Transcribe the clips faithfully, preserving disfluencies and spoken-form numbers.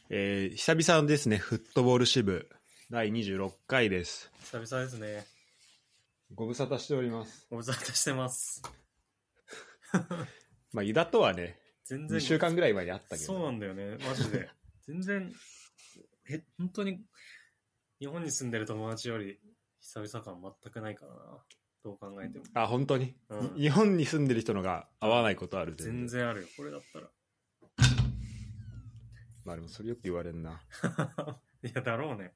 えー、久々ですね、フットボール支部だいにじゅうろっかいです。 久々ですね。 ご無沙汰しております。 ご無沙汰してます。 まあ、ユダとはね、 全然にしゅうかんぐらい前に会ったけど。 そうなんだよね、マジで。全然、え、本当に日本に住んでる友達より久々感全くないからな。どう考えても。 あ、本当に、 うん、 日本に住んでる人のが会わないことある。 全然あるよ、これだったら。 まあでもそれよく言われんな。 いや、だろうね。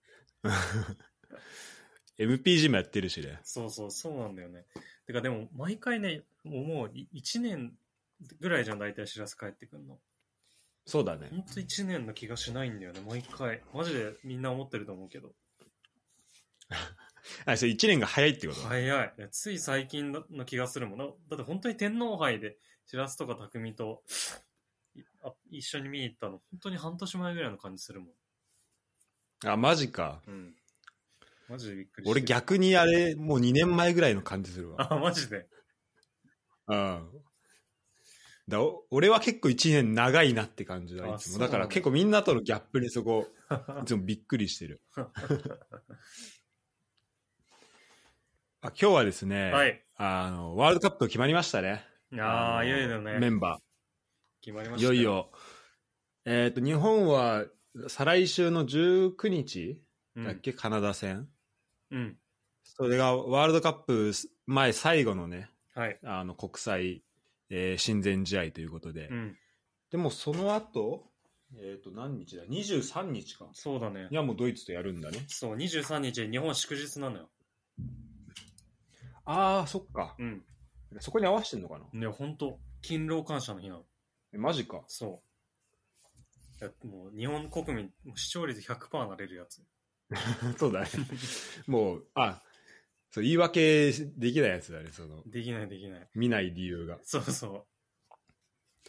エムピージー もやってるしね。 そうそう、そうなんだよね。てかでも、毎回ね、もうもういちねんぐらいじゃん、大体知らせ帰ってくんの。 そうだね。 ほんといちねんの気がしないんだよね、毎回。マジでみんな思ってると思うけど。 あ、それいちねんが早いってこと？ 早い。いやつい最近の気がするもんな。だって本当に天皇杯でしらすとか匠とあ一緒に見に行ったの、本当に半年前ぐらいの感じするもん。 あ、マジか。 うん。マジでびっくりして。 俺逆にあれ、もうにねんまえぐらいの感じするわ。 あ、マジで。 うん。だ俺は結構いちねん長いなって感じだ、いつも。だから結構みんなとのギャップにそこ、いつもびっくりしてる。あ、今日はですね、 はい、 あのワールドカップ決まりましたね。 ああ、いよいよね。 メンバー。 決まりましたよ。 いよいよ。えっと、日本は再来週のじゅうくにちだっけ、うん、カナダ戦。 うん。 それがワールドカップ前最後のね、 はい、 あの国際、えー、親善試合ということで。 うん、 でもその後、えっと、何日だ ?にじゅうさんにちか。 そうだね。 いや、もうドイツとやるんだね。 そう、にじゅうさんにち日本祝日なのよ。 ああ、そっか。 うん。 そこに合わせてんのかな。 いや、ほんと、勤労感謝の日なの。 え、マジか。 そう。いやもう日本国民、視聴率 ひゃくパーセント なれるやつ。 そうだね。もう、あ、そう言い訳できないやつだね、その。 できないできない。 見ない理由が。 そうそう。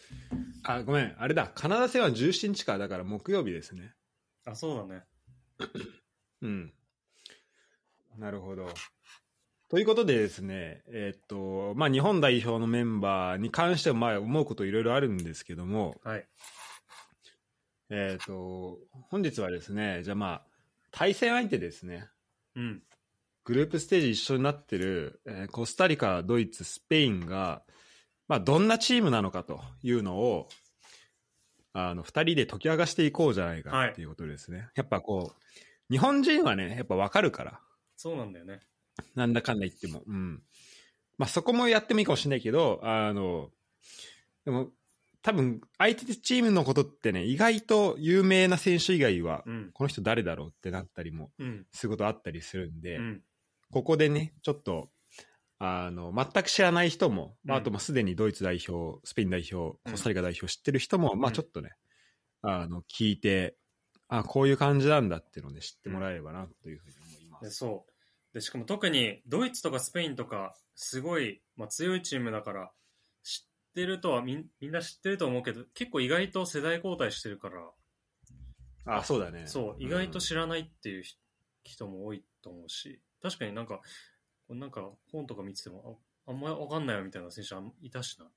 あ、ごめん、あれだ。カナダ戦はじゅうしちにちか、だから木曜日ですね。 あ、そうだね。 うん。なるほど。ということでですね、えーっと、まあ、日本代表のメンバーに関しては、まあ、思うこといろいろあるんですけども、 はい。 えーっと、本日はですね、じゃあまあ、対戦相手ですね。 うん。 グループステージ一緒になってる、えーコスタリカ、ドイツ、スペインが、まあ、どんなチームなのかというのを、あの、二人で解き明かしていこうじゃないかっていうことですね。はい、やっぱこう、日本人はね、やっぱ分かるから。 そうなんだよね。 なんだかんだ言っても。うん。まあ、そこもやってもいいかもしれないけど、あの、でも、多分、相手チームのことってね、意外と有名な選手以外は、うん、この人誰だろうってなったりも、することあったりするんで、うん、ここでね、ちょっと、あの、全く知らない人も、うん、あと、すでにドイツ代表、スペイン代表、コスタリカ代表知ってる人も、うん、まあちょっとね、あの、聞いて、あ、こういう感じなんだっていうのをね、知ってもらえればな、というふうに思います。 でそう。で、しかも特に、ドイツとかスペインとか、すごい、まあ、強いチームだから、知ってるとはみ、みんな知ってると思うけど、結構意外と世代交代してるから、 あ、そうだね。 そう、意外と知らないっていう人も多いと思うし、確かになんか、なんか本とか見てても、あ、あんまり分かんないよみたいな選手いたしなって。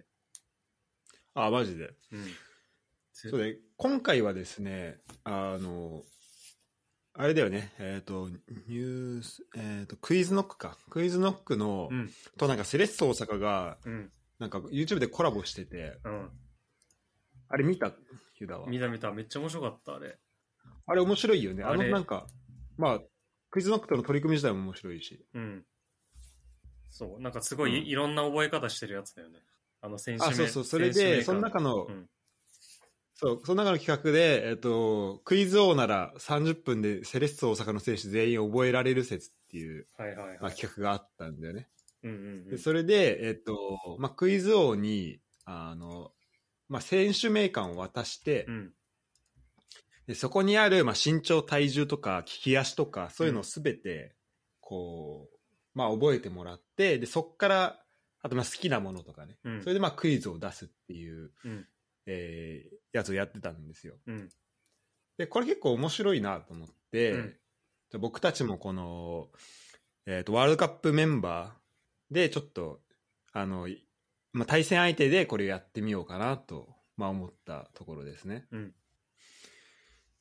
あ、マジで。 うん。 そうで、今回はですね、あの、あれだよね、えっ、ー、と、ニュース、えっ、ー、と、クイズノックか。クイズノックの、うん、となんかセレッソ大阪が、うん、なんか YouTube でコラボしてて、うん、あれ見た？ユダは。 見た見た、めっちゃ面白かった、あれ。 あれ面白いよね。あのなんか、まあ、クイズノックとの取り組み自体も面白いし。 うん。そう、なんかすごい、うん、いろんな覚え方してるやつだよね。あの選手名。 あ、そうそう、それで、その中の、うん、そう、その中の企画で、えっと、クイズ王ならさんじゅっぷんでセレッソ大阪の選手全員覚えられる説っていう、 はいはいはい、 まあ、企画があったんだよね。 うんうんうん、 でそれで、えっと、まあ、クイズ王に、あの、まあ、選手名鑑を渡して、うん、でそこにある、まあ、身長、体重とか、利き足とか、そういうのをすべて、こう、まあ、覚えてもらって、で、そこから、あと、まあ、好きなものとかね、うん、それで、まあ、クイズを出すっていう、うんえー、やつをやってたんですよ、うん、でこれ結構面白いなと思って、うん、じゃ僕たちもこの、えーと、ワールドカップメンバーでちょっとあの、まあ、対戦相手でこれをやってみようかなと、まあ、思ったところですね、うん、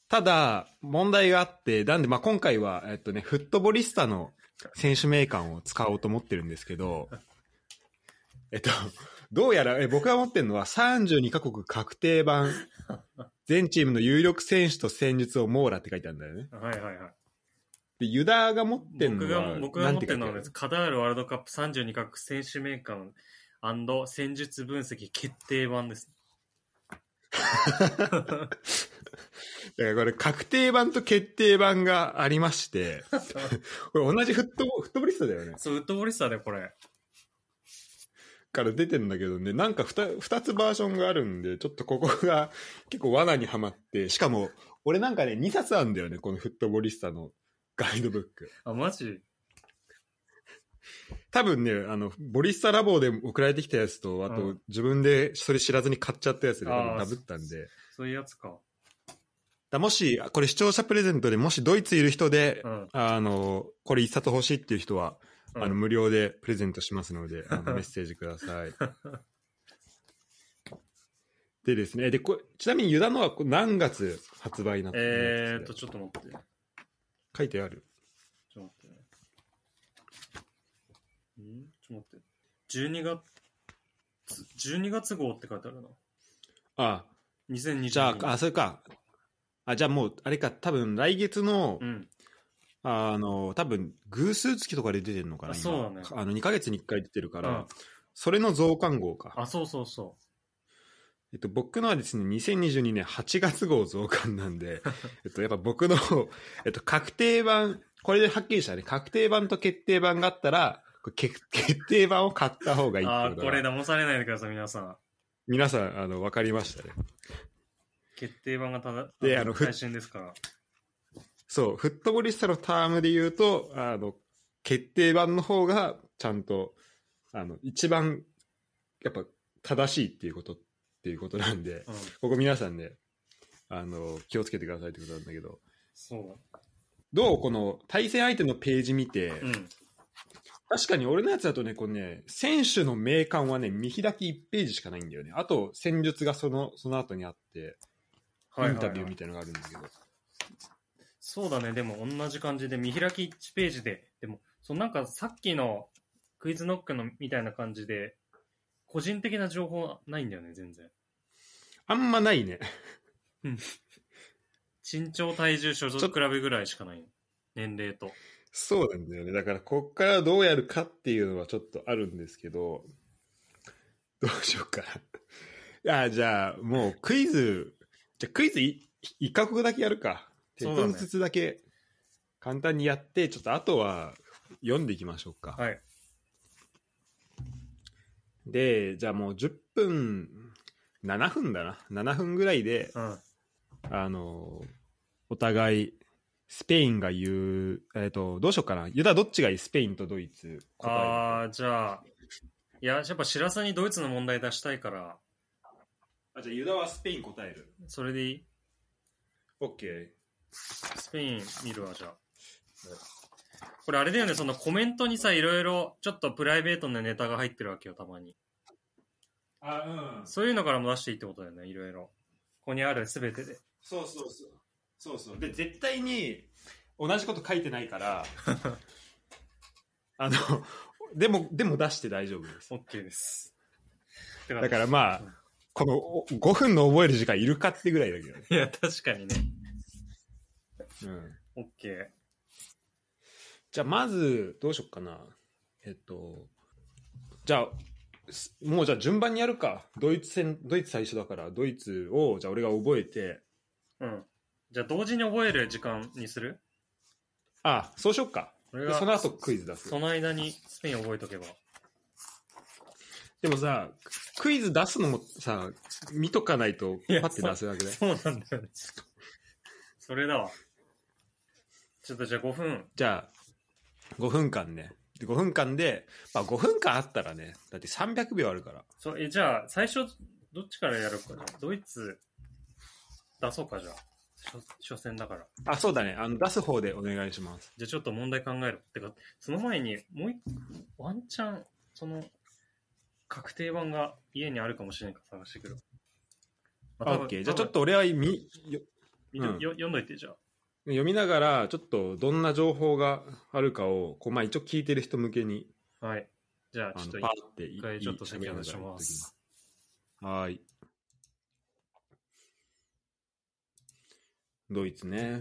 ただ問題があって、なんでまあ今回はえっとねフットボリスタの選手名鑑を使おうと思ってるんですけど、えっとどうやらえ僕が持ってるのはさんじゅうにカ国確定版全チームの有力選手と戦術を網羅って書いてあるんだよね。 はいはいはい。 でユダが持ってるのは僕が僕が持ってるのは、ね、カタールワールドカップさんじゅうにカ国選手名鑑&戦術分析決定版です。 だからこれ確定版と決定版がありましてこれ同じフットボフットボリスタだよね。 そうフットボリスタでこれから出てるんだけどね、なんか 2, 2つバージョンがあるんでちょっとここが結構罠にはまって、しかも俺なんかねにさつあるんだよね、このフットボリスタのガイドブック。 あマジ？ 多分ねあのボリスタラボで送られてきたやつと、あと、うん、自分でそれ知らずに買っちゃったやつでダブったんで、 そういうやつか。 だもしこれ視聴者プレゼントでもしドイツいる人で、うん、あのこれ一冊欲しいっていう人は、うん、あの無料でプレゼントしますのであのメッセージください。でですね、でこちなみにユダのは何月発売になってるんですか？ えーっとちょっと待って、 書いてある。 ちょっと待ってね。んちょっと待って。じゅうにがつじゅうにがつ号って書いてあるな。 ああ。 にせんにじゅうじゃあ、あ、それか。あ、じゃあもうあれか、多分来月の、 うん、 あの多分偶数月とかで出てるのかな。 今そうだね。 あのにかげつにいっかい出てるから、 うん、 それの増刊号か。 あ、そうそうそう。 えっと、僕のはですね、にせんにじゅうにねんはちがつ号増刊なんで、えっと、やっぱ僕の、えっと、確定版、これではっきりしたね、確定版と決定版があったら、決, 決定版を買った方がいいってこと。 あ、これ騙されないでください、皆さん。 皆さん、あの、分かりましたね。 決定版がただ、 で、あの、 最新ですから。 そう、フットボリスタのタームで言うと、あの、決定版の方が、ちゃんと、あの、一番、やっぱ、正しいっていうことっていうことなんで、うん、ここ皆さんね、あの気をつけてくださいってことなんだけど、 そうどうこの対戦相手のページ見て、 うん、 確かに俺のやつだとね、これね、選手の名鑑はね、見開きいちページしかないんだよね。あと戦術がそのその後にあって、インタビューみたいなのがあるんだけど、はいはいはい、 そうだね。でも同じ感じで見開きいちページで、でもそのなんかさっきのクイズノックのみたいな感じで個人的な情報ないんだよね、全然。 あんまないね。 身長、体重、所属比べぐらいしかない。年齢と。 そうなんだよね。だからこっからどうやるかっていうのはちょっとあるんですけど、どうしようかな。あ、じゃあもうクイズ、じゃあクイズい一カ国だけやるか。一つずつだけ簡単にやって、ちょっとあとは読んでいきましょうか。 はい。 で、じゃあもうじゅっぷん、ななふんだな。ななふんぐらいで、 うん、 あの、お互い、スペインが言う、えっと、どうしようかな。ユダどっちがいい？スペインとドイツ。 ああ、じゃあ、いや、やっぱ知らずにドイツの問題出したいから。 あ、じゃあユダはスペイン答える。 それでいい？ OK。 スペイン見るわ、じゃあ。これあれだよね、そのコメントにさ、いろいろちょっとプライベートなネタが入ってるわけよ、たまに。 あ、うん。 そういうのからも出していいってことだよね、いろいろ。ここにあるすべてで。 そうそうそう。そうそう。で、絶対に同じこと書いてないから、あの、でも、でも出して大丈夫です。 OK です。 だからまあ、うん、このごふんの覚える時間いるかってぐらいだけどね。 いや、確かにね。 うん。 OK。 じゃあまず、どうしよっかな。えっと、じゃあ、もうじゃあ順番にやるか。ドイツ戦、ドイツ最初だから、ドイツを、じゃあ俺が覚えて。 うん。じゃあ同時に覚える時間にする？ ああ、そうしよっか。でその後クイズ出す。 その間にスペイン覚えとけば。 でもさ、クイズ出すのもさ、見とかないとパッて出せるわけね。 そうなんだよね。それだわ。ちょっとじゃあごふん。 じゃあ、ごふんかんね。でごふんかんで、まあごふんかんあったらね、だってさんびゃくびょうあるから。 そうえじゃあ最初どっちからやるかじゃあドイツ出そうかじゃあ 初, 初戦だから。 あ、そうだね。あの出す方でお願いします。 じゃあちょっと問題考える。てかその前にもう一ワンチャンその確定版が家にあるかもしれないから探してくる。 まあ、オッケー。じゃあちょっと俺はみ見と、うん、よ読んどいてじゃあ。 読みながらちょっとどんな情報があるかをこう、まあ、一応聞いてる人向けに、 はい、じゃあちょっとパーって一回ちょっと席を出します。 はい。ドイツね、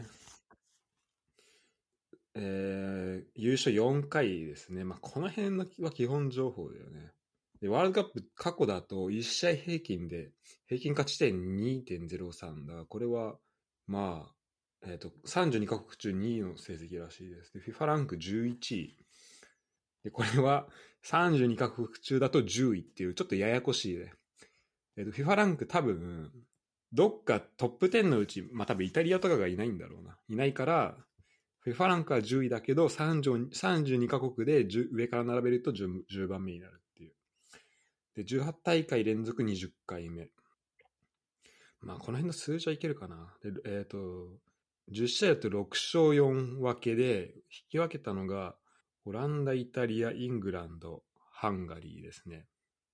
えー、優勝よんかいですね。まあ、この辺のは基本情報だよね。でワールドカップ過去だといち試合平均で平均勝ち点 にてんゼロさん だからこれはまあ、えー、とさんじゅうにカ国中にいの成績らしいです。で FIFA ランクじゅういちいで、これはさんじゅうにカ国中だとじゅういっていうちょっとややこしいね。えー、と FIFA ランク多分どっかトップじゅうのうち、まあ多分イタリアとかがいないんだろうな。いないから、FIFA ランクはじゅういだけどさんじゅうにカ国で上から並べると 10, じゅうばんめになるっていう。で、じゅうはち大会連続にじゅっかいめ。まあこの辺の数字はいけるかな。で、えっ、ー、と、じゅっ試合だとろく勝よん分けで、引き分けたのが、オランダ、イタリア、イングランド、ハンガリーですね。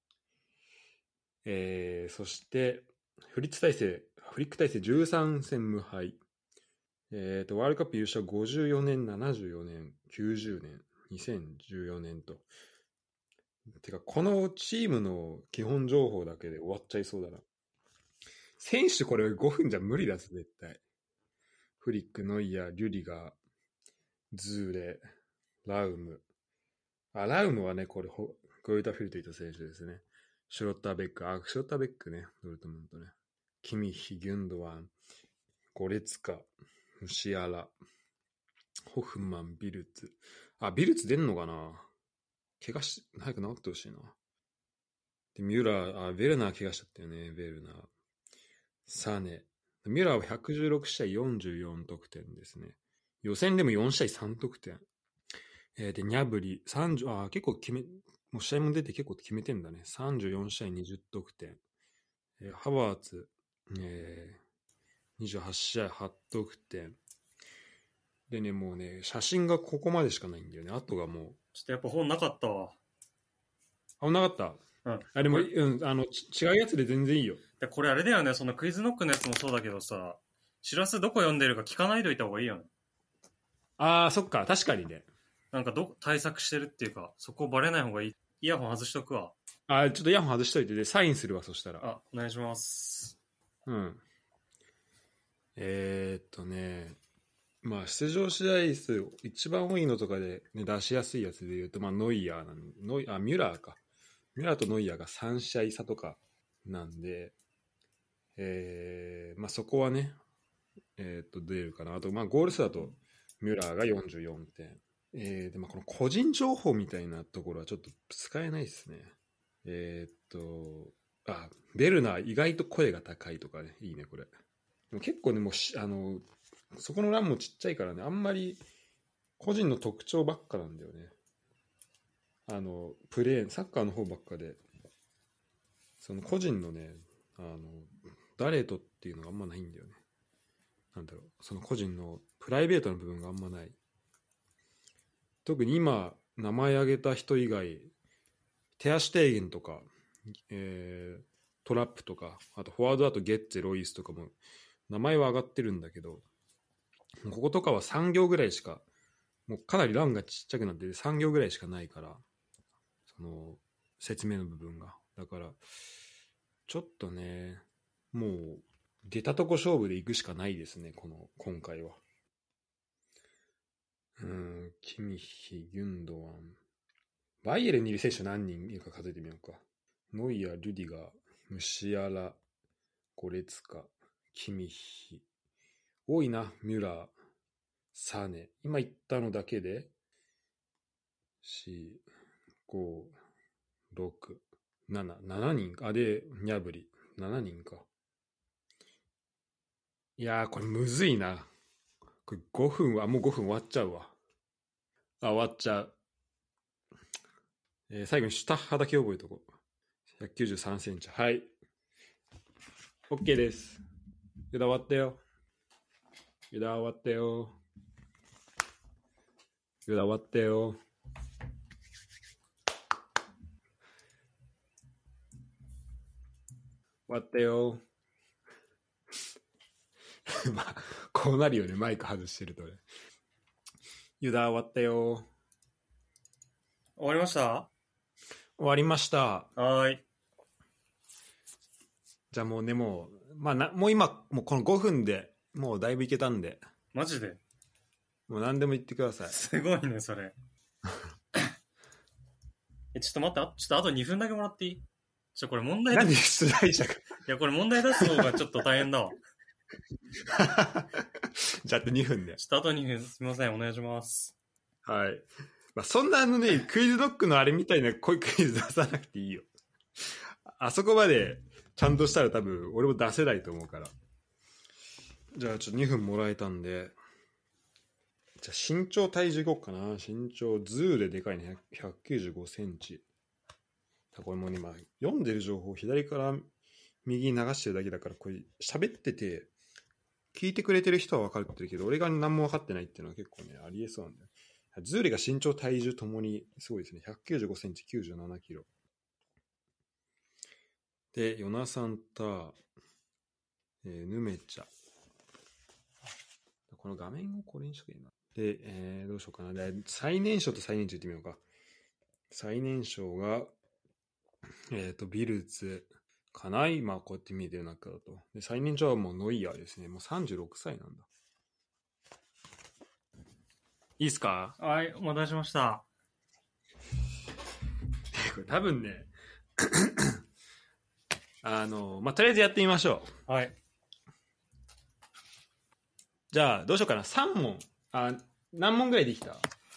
えー、そして、フリッツ体制、フリック体制じゅうさん戦無敗。えーと、ワールドカップ優勝ごじゅうよねん、ななじゅうよねん、きゅうじゅうねん、にせんじゅうよねんと。てか、このチームの基本情報だけで終わっちゃいそうだな。選手これごふんじゃ無理だぞ、絶対。フリック、ノイヤー、リュリガー、ズーレ、ラウム。あ、ラウムはね、これ、ゴイタフィルといった選手ですね。シュロッターベック、あ、シュロッターベックね、ドルトムントね。キミヒ、ギュンドワン、ゴレツカ、ムシアラ、ホフマン、ビルツ。あ、ビルツ出んのかな？怪我し、早く治ってほしいな。で、ミュラー、あ、ヴェルナー怪我しちゃったよね、ヴェルナー。サネ。ミュラーはひゃくじゅうろく試合よんじゅうよん得点ですね。予選でもよん試合さん得点。えー、で、ニャブリ、さんじゅう、あ、結構決め、もう試合も出て結構決めてんだね。さんじゅうよん試合にじゅう得点。えー、ハバーツ、えー、にじゅうはち試合はち得点。でね、もうね、写真がここまでしかないんだよね。あとがもう。 ちょっとやっぱ本なかったわ。 あ、なかった。うん。あ、でも、うん、あの、違うやつで全然いいよ。 でこれあれだよね、そのクイズノックのやつもそうだけどさ、しらすどこ読んでるか聞かないといた方がいいよね。 ああ、そっか、確かにね。 なんかど対策してるっていうか、そこバレない方がいい。イヤホン外しとくわ。 ああ、ちょっとイヤホン外しといて、で、サインするわ、そしたら。 あ、お願いします。 うん。えー、っとね、まあ、出場試合数、一番多いのとかで、ね、出しやすいやつで言うと、まあ、ノイヤーなんノイあ、ミュラーか。ミュラーとノイヤーがさん試合差とかなんで、えー、まあ、そこはね、えー、っと、出るかな。あと、まあ、ゴール数だと、ミュラーがよんじゅうよんてん。えー、で、まあ、この個人情報みたいなところはちょっと使えないですね。えー、っと、あ、ベルナー意外と声が高いとかね、いいね、これ。でも結構ね、もうし、あの、そこの欄もちっちゃいからね、あんまり個人の特徴ばっかなんだよね。あの、プレーン、サッカーの方ばっかで、その個人のね、あの、誰とっていうのがあんまないんだよね。なんだろう、その個人のプライベートな部分があんまない。特に今、名前挙げた人以外、テアシュテーゲンとか、えー、トラップとか、あとフォワードだとゲッツェ、ロイスとかも名前は上がってるんだけど、こことかはさん行ぐらいしか、もうかなり欄がちっちゃくなっててさん行ぐらいしかないから、その説明の部分が。だから、ちょっとね、もう出たとこ勝負で行くしかないですね、この、今回は。うーん、キミヒ、ギュンドワン。バイエルンにいる選手何人いるか数えてみようか。ノイア、リュディガー、ムシアラ、ゴレツカ、キミヒ。多いな、ミュラー、サネ。今言ったのだけで、よん、ご、ろく、なな、ななにんか。あ、で、ニャブリ、しちにんか。いやー、これむずいな。これごふんは、もうごふん終わっちゃうわ。あ、終わっちゃう。えー、最後にシュタッハだけ覚えとこう。ひゃくきゅうじゅうさんセンチ。はい。OK です。ユダ終わったよ。ユダ終わったよ。ユダ終わったよ。終わったよ。 まあ、こうなるよね、マイク外してるとね。ユダ終わったよ。 終わりました？ 終わりました。 はーい。 じゃあもうね、もう、まあな、もう今、もうこのごふんでもうだいぶいけたんで。 マジでもう何でも言ってください。 すごいね、それ。え、ちょっと待って、あちょっとあとにふんだけもらっていい？ちょ、これ問題なんで出題者が。 いや、これ問題出す方がちょっと大変だわ。 じゃああとにふんで。 ちょっとあとにふん、すみません、お願いします。 はい。まあ、そんなあのね、クイズドッグのあれみたいなこういうクイズ出さなくていいよ。あそこまでちゃんとしたら多分俺も出せないと思うから。じゃあちょっとにふんもらえたんで。じゃあ身長体重いこうかな。身長ズーででかいね。ひゃくきゅうじゅうごセンチ。これもね、今読んでる情報を左から右に流してるだけだから、これ喋ってて聞いてくれてる人は分かってるけど、俺が何も分かってないっていうのは結構ね、ありえそうなんだよ。ズーレが身長体重ともにすごいですね。ひゃくきゅうじゅうごセンチ、きゅうじゅうななキロ。で、ヨナサンタ、えー、ヌメチャ。この画面をこれにしとけばいいな。で、えー、どうしようかな。で、最年少と最年長言ってみようか。最年少が、えっと、ビルツかな。今こうやって見えてる中だと。で、最年長はもうノイヤーですね。もうさんじゅうろくさいなんだ。いいっすか？ はい、お待たせしました。 これ多分ね、あの、まあ、とりあえずやってみましょう。はい。 じゃあ、どうしようかな。さん問。あ、何問ぐらいできた？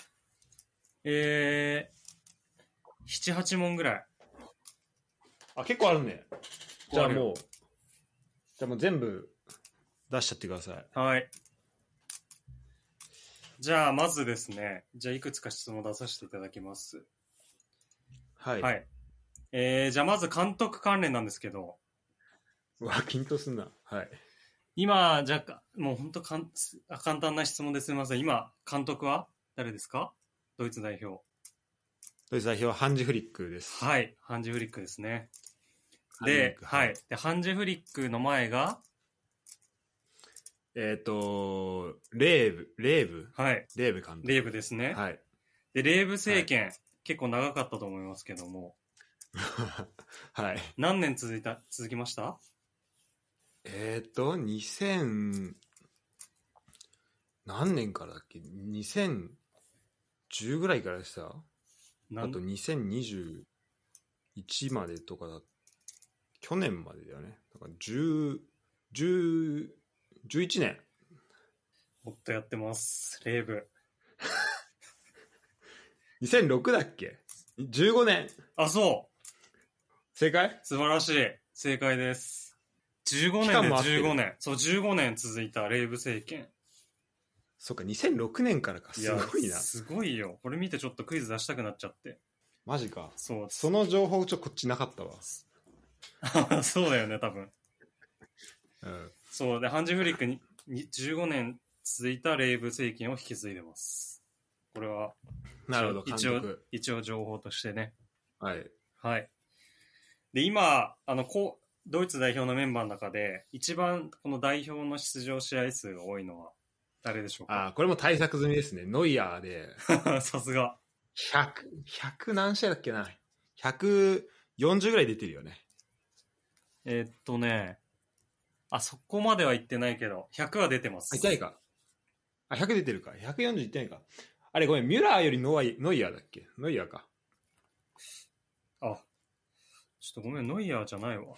えー、なな、はち問ぐらい。 あ、結構あるね。じゃあもう、じゃあもう全部出しちゃってください。 はい。じゃあ、まずですね、じゃあ、いくつか質問出させていただきます。 はい。 はい。えー、じゃあ、まず監督関連なんですけど。 うわ、緊張すんな。はい。 今、じゃあ、もう本当かん簡単な質問ですみません。今、監督は誰ですか？ドイツ代表。 ドイツ代表はハンジ・フリックです。 はい、ハンジ・フリックですね。で、はい。で、ハンジ・フリックの前がえっ、ー、と、レーブ、レーブはい。 レーブ監督。 レーブですね。 はい。 で、レーブ政権、はい、結構長かったと思いますけども。 はい。何年続いた、続きました？ えっ、ー、と、にせん、何年からだっけ ?にせんじゅうぐらいからでした？あとにせんにじゅういちまでとかだ、去年までだよね。だからじゅう、じゅう、じゅういちねん。 もっとやってます、レーブ。 にせんろくだっけ ?じゅうごねん。 あ、そう。 正解？ 素晴らしい。正解です。じゅうごねんでじゅうごねん。そう、じゅうごねん続いたレーブ政権。 そっか、にせんろくねんからか。すごいな。 すごいよ。これ見てちょっとクイズ出したくなっちゃって。 マジか。 そう。 その情報ちょっとこっちなかったわ。 そうだよね、多分。 うん。 そうで、ハンジ・フリックにじゅうごねん続いたレイブ政権を引き継いでます。これはなるほど、 一応一応情報としてね。 はいはい。で、今あのこうドイツ代表のメンバーの中で一番この代表の出場試合数が多いのは誰でしょうか？ ああ、これも対策済みですね。ノイヤーでさすがひゃく、ひゃく何試合だっけな、ひゃくよんじゅうぐらい出てるよね。 えー、っとねあそこまでは言ってないけどひゃくは出てます。 あ、いってないか。あ、ひゃく出てるか。ひゃくよんじゅういってないか。あれごめん、ミュラーよりノイノイヤーだっけ？ノイヤーか。 あ、ちょっとごめん、ノイヤーじゃないわ。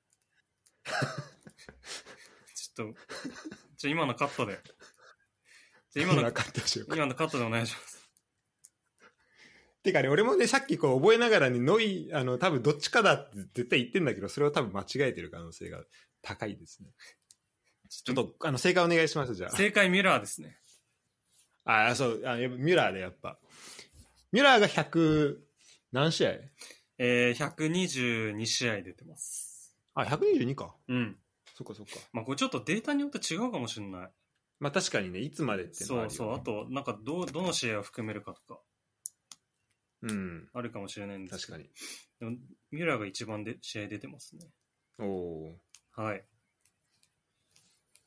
ちょっと、じゃ今のカットで。じゃ今のカットしようか。今のカットでお願いします。 てかね、俺もね、さっきこう覚えながらに、ね、ノイ、あの、多分どっちかだって絶対言ってんだけど、それは多分間違えてる可能性が高いですね。ちょっと、あの、正解お願いします、じゃあ。 正解ミュラーですね。 ああ、そう、あミュラーでやっぱ。ミュラーがひゃく何試合？ えー、ひゃくにじゅうに試合出てます。 あ、ひゃくにじゅうにか。 うん。 そっかそっか。 まあこれちょっとデータによって違うかもしれない。 まあ確かにね、いつまでってのもあるよね。そうそう、あと、なんかど、どの試合を含めるかとか。 うん。 あるかもしれないんですけど。 確かに。 でも、ミュラーが一番で試合出てますね。 おお。 はい。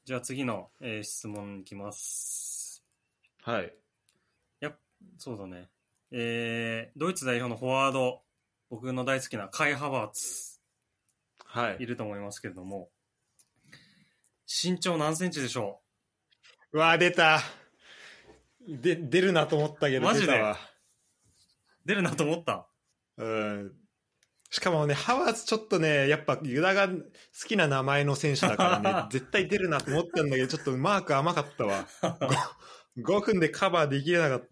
じゃあ次の、えー質問いきます。 はい。いや、そうだね。えー、ドイツ代表のフォワード、僕の大好きなカイ・ハバーツ、 はい。 いると思いますけれども、身長何センチでしょうわー、出た。で、出るなと思ったけど、 マジで出たわ。 出るなと思った。 うん。しかもね、ハワーツちょっとね、やっぱユダが好きな名前の選手だからね、絶対出るなと思ったんだけど、ちょっとマーク甘かったわ。ご, ごふんでカバーできれなかった。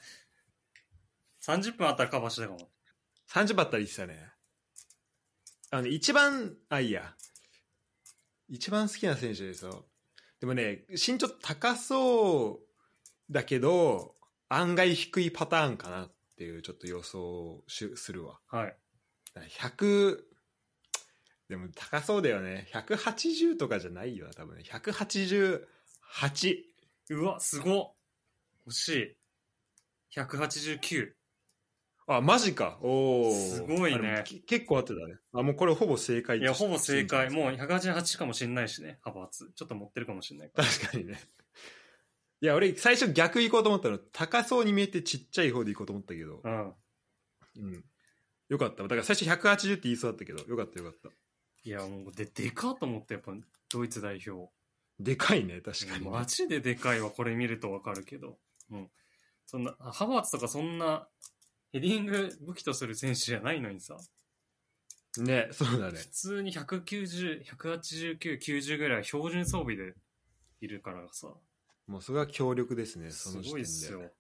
さんじゅっぷんあったらカバーしてたかも。 さんじゅうばったら言ってたね。あのね、一番、あ、いいや。一番好きな選手ですよ。でもね、身長高そうだけど、案外低いパターンかなっていうちょっと予想しするわ。 はい。 ひゃく、でも高そうだよね。ひゃくはちじゅうとかじゃないよな、多分ね。ひゃくはちじゅうはち。 うわ、すごっ。惜しい。ひゃくはちじゅうきゅう。 あ、マジか。おお。 すごいね。 結構合ってたね。あ、もうこれほぼ正解。 いや、ほぼ正解。もうひゃくはちじゅうはちかもしんないしね、ハバーツ。ちょっと持ってるかもしんないから。 確かにね。いや、俺最初逆行こうと思ったの。高そうに見えてちっちゃい方で行こうと思ったけど。 うん。 うん。よかった。だから最初ひゃくはちじゅうって言いそうだったけど、よかったよかった。 いや、もうで、でかと思って、やっぱ、ドイツ代表。 でかいね、確かに、ね。 マジででかいわ、これ見るとわかるけど。うん。そんな、ハバーツとかそんな、ヘディング武器とする選手じゃないのにさ。 ね、そうだね。 普通にひゃくきゅうじゅう、ひゃくはちじゅうきゅう、きゅうじゅうぐらい標準装備でいるからさ。 もうそれは強力ですね、その時点で。 すごいっすよ。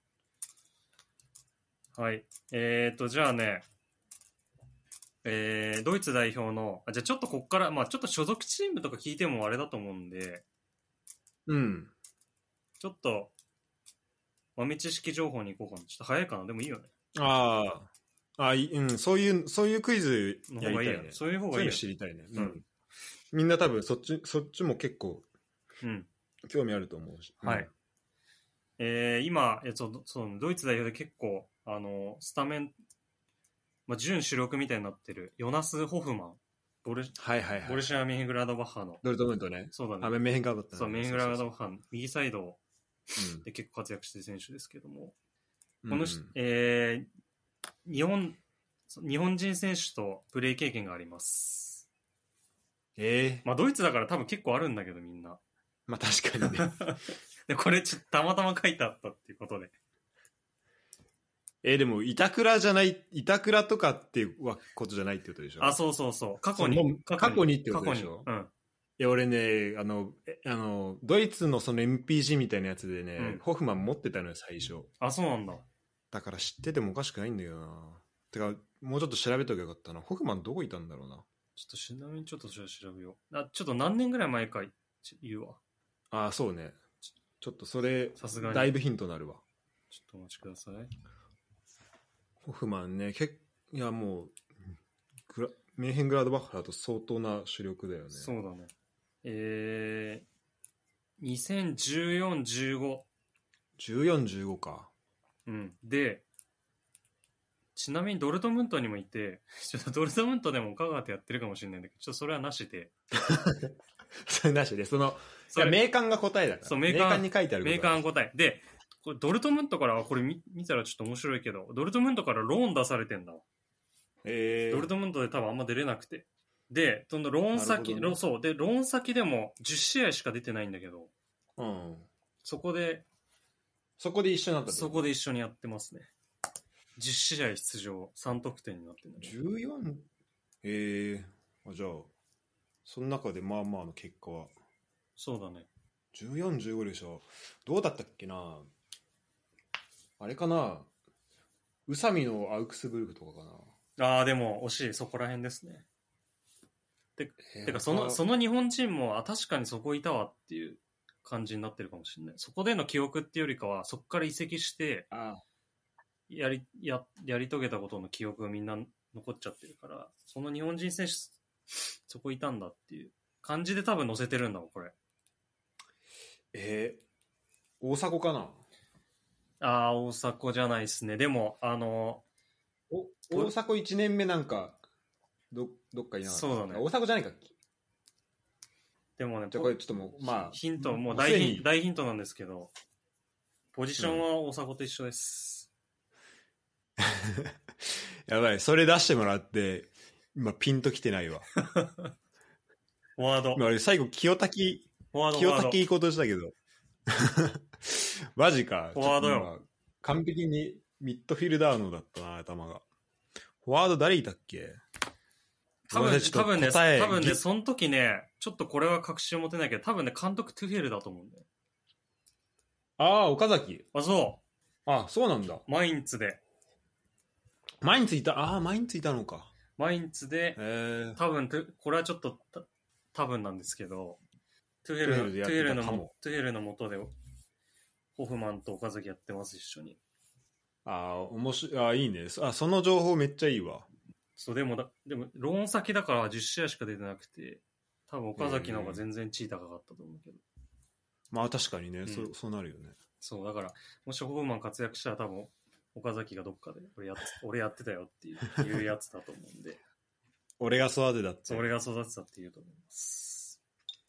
はい。えーと、じゃあね、えー、ドイツ代表の、あ、じゃあちょっとこっから、まあちょっと所属チームとか聞いてもあれだと思うんで、 うん。 ちょっと、豆知識情報に行こうかな。ちょっと早いかな。でもいいよね。 ああ。あ、うん、そういう、そういうクイズやりたいね。 そういう方がいいよ。 そういうの知りたいね。うん。みんな多分そっち、そっちも結構、 うん。 興味あると思うし。 はい。うん、えー、今、えっと、そのドイツ代表で結構、あの、スタメン、まあ、準主力みたいになってる、ヨナス・ホフマン。ボル、 はいはいはい。 ボルシア・メヘングラードバッハの。 ドルトムントね。 そうだね。 あ、メヘングラードバッハ、ね。 そう、メヘングラードバッハの右サイドで結構活躍してる選手ですけども、うん、この、うん、えー、日本、日本人選手とプレー経験があります。 ええー。 まあドイツだから多分結構あるんだけどみんな。 まあ確かにね。 でこれちょっとたまたま書いてあったっていうことで。 えー、でも板倉じゃない板倉とかっていうことじゃないってことでしょ。 あ、そうそうそう。過去に過去にってことでしょ。 うん。 いや俺ねあのあのドイツのその エムピージー みたいなやつでね、うん、ホフマン持ってたのよ最初。 あ、そうなんだ。 だから知っててもおかしくないんだよな。てかもうちょっと調べとけばよかったな。ホフマンどこいたんだろうな。 ちょっとちなみにちょっと調べよう。あ、ちょっと何年ぐらい前か言うわ。 ああそうね。ちょっとそれさすがにだいぶヒントになるわ。 ちょっとお待ちください。 ホフマンね、けいやもうグラメーヘングラードバッハだと相当な主力だよね。 そうだね。えー、にせんじゅうよん、じゅうご。 じゅうよん、じゅうごか。 うん。で、ちなみにドルトムントにもいて、ちょっとドルトムントでも香川ってやってるかもしれないんだけど、ちょっとそれはなしで。 それなしで、その、それ名鑑が答えだから。 そう、名鑑に書いてある名鑑答え。で、これドルトムントから、これ 見, 見たらちょっと面白いけど、ドルトムントからローン出されてんだわ。 えー、 ドルトムントで多分あんま出れなくて。で、そのローン先、ね、ロそうでローン先でもじゅっしあいしか出てないんだけど、 うん、 そこでそこで一緒になった。 そこで一緒にやってますね。じゅっしあい出場さん得点になってる、ね、 じゅうよんえー、あじゃあその中でまあまあの結果はそうだね。 じゅうよん、じゅうごでしょ。どうだったっけな。あれかな。宇佐美のアウクスブルクとかかな。ああでも惜しい、そこら辺ですね。て, てかそのその日本人もあ確かにそこいたわっていう感じになってるかもしれない。そこでの記憶っていうよりかはそこから移籍してやり や, やり遂げたことの記憶がみんな残っちゃってるから、その日本人選手そこいたんだっていう感じで多分載せてるんだもんこれ。 えー、大迫かな。 ああ大迫じゃないですね。でもあのお大迫いちねんめなんか ど, どっかいなかった。 そうだね。 大迫じゃないか。 でもね、 じゃあこれちょっともう、まあ。 ヒント、もう大ヒン大ヒントなんですけど、ポジションは大迫と一緒です。 うん、やばい、それ出してもらって、今ピンときてないわ。 フォワード。 今最後、清滝、清滝行こうとしたけど。マジか。 フォワードよ。 完璧にミッドフィルダーのだったな、頭が。フォワード誰いたっけ？ 多分、多分ね、多分ね、その時ね、ちょっとこれは確信を持てないけど、多分ね、監督トゥフェルだと思うんだよ。 ああ、岡崎。 あ、そう。 あ、そうなんだ。 マインツで。 マインツいた、ああ、マインツいたのか。 マインツで、多分、これはちょっと多分なんですけど、トゥフェルの、トゥフェルの、トゥフェルの元で、ホフマンと岡崎やってます、一緒に。 ああ、面白い、ああ、いいね。あ、その情報めっちゃいいわ。 そう、でもだ、でも、ローン先だからじゅっしあいしか出てなくて、多分岡崎の方が全然地位高かったと思うけど。 まあ確かにね、うん、そ, そうなるよね。 そう、だから、もしホフマン活躍したら多分、岡崎がどっかで俺やっ俺やってたよっていういうやつだと思うんで。 俺が育てたって。 俺が育てたって言うと思います。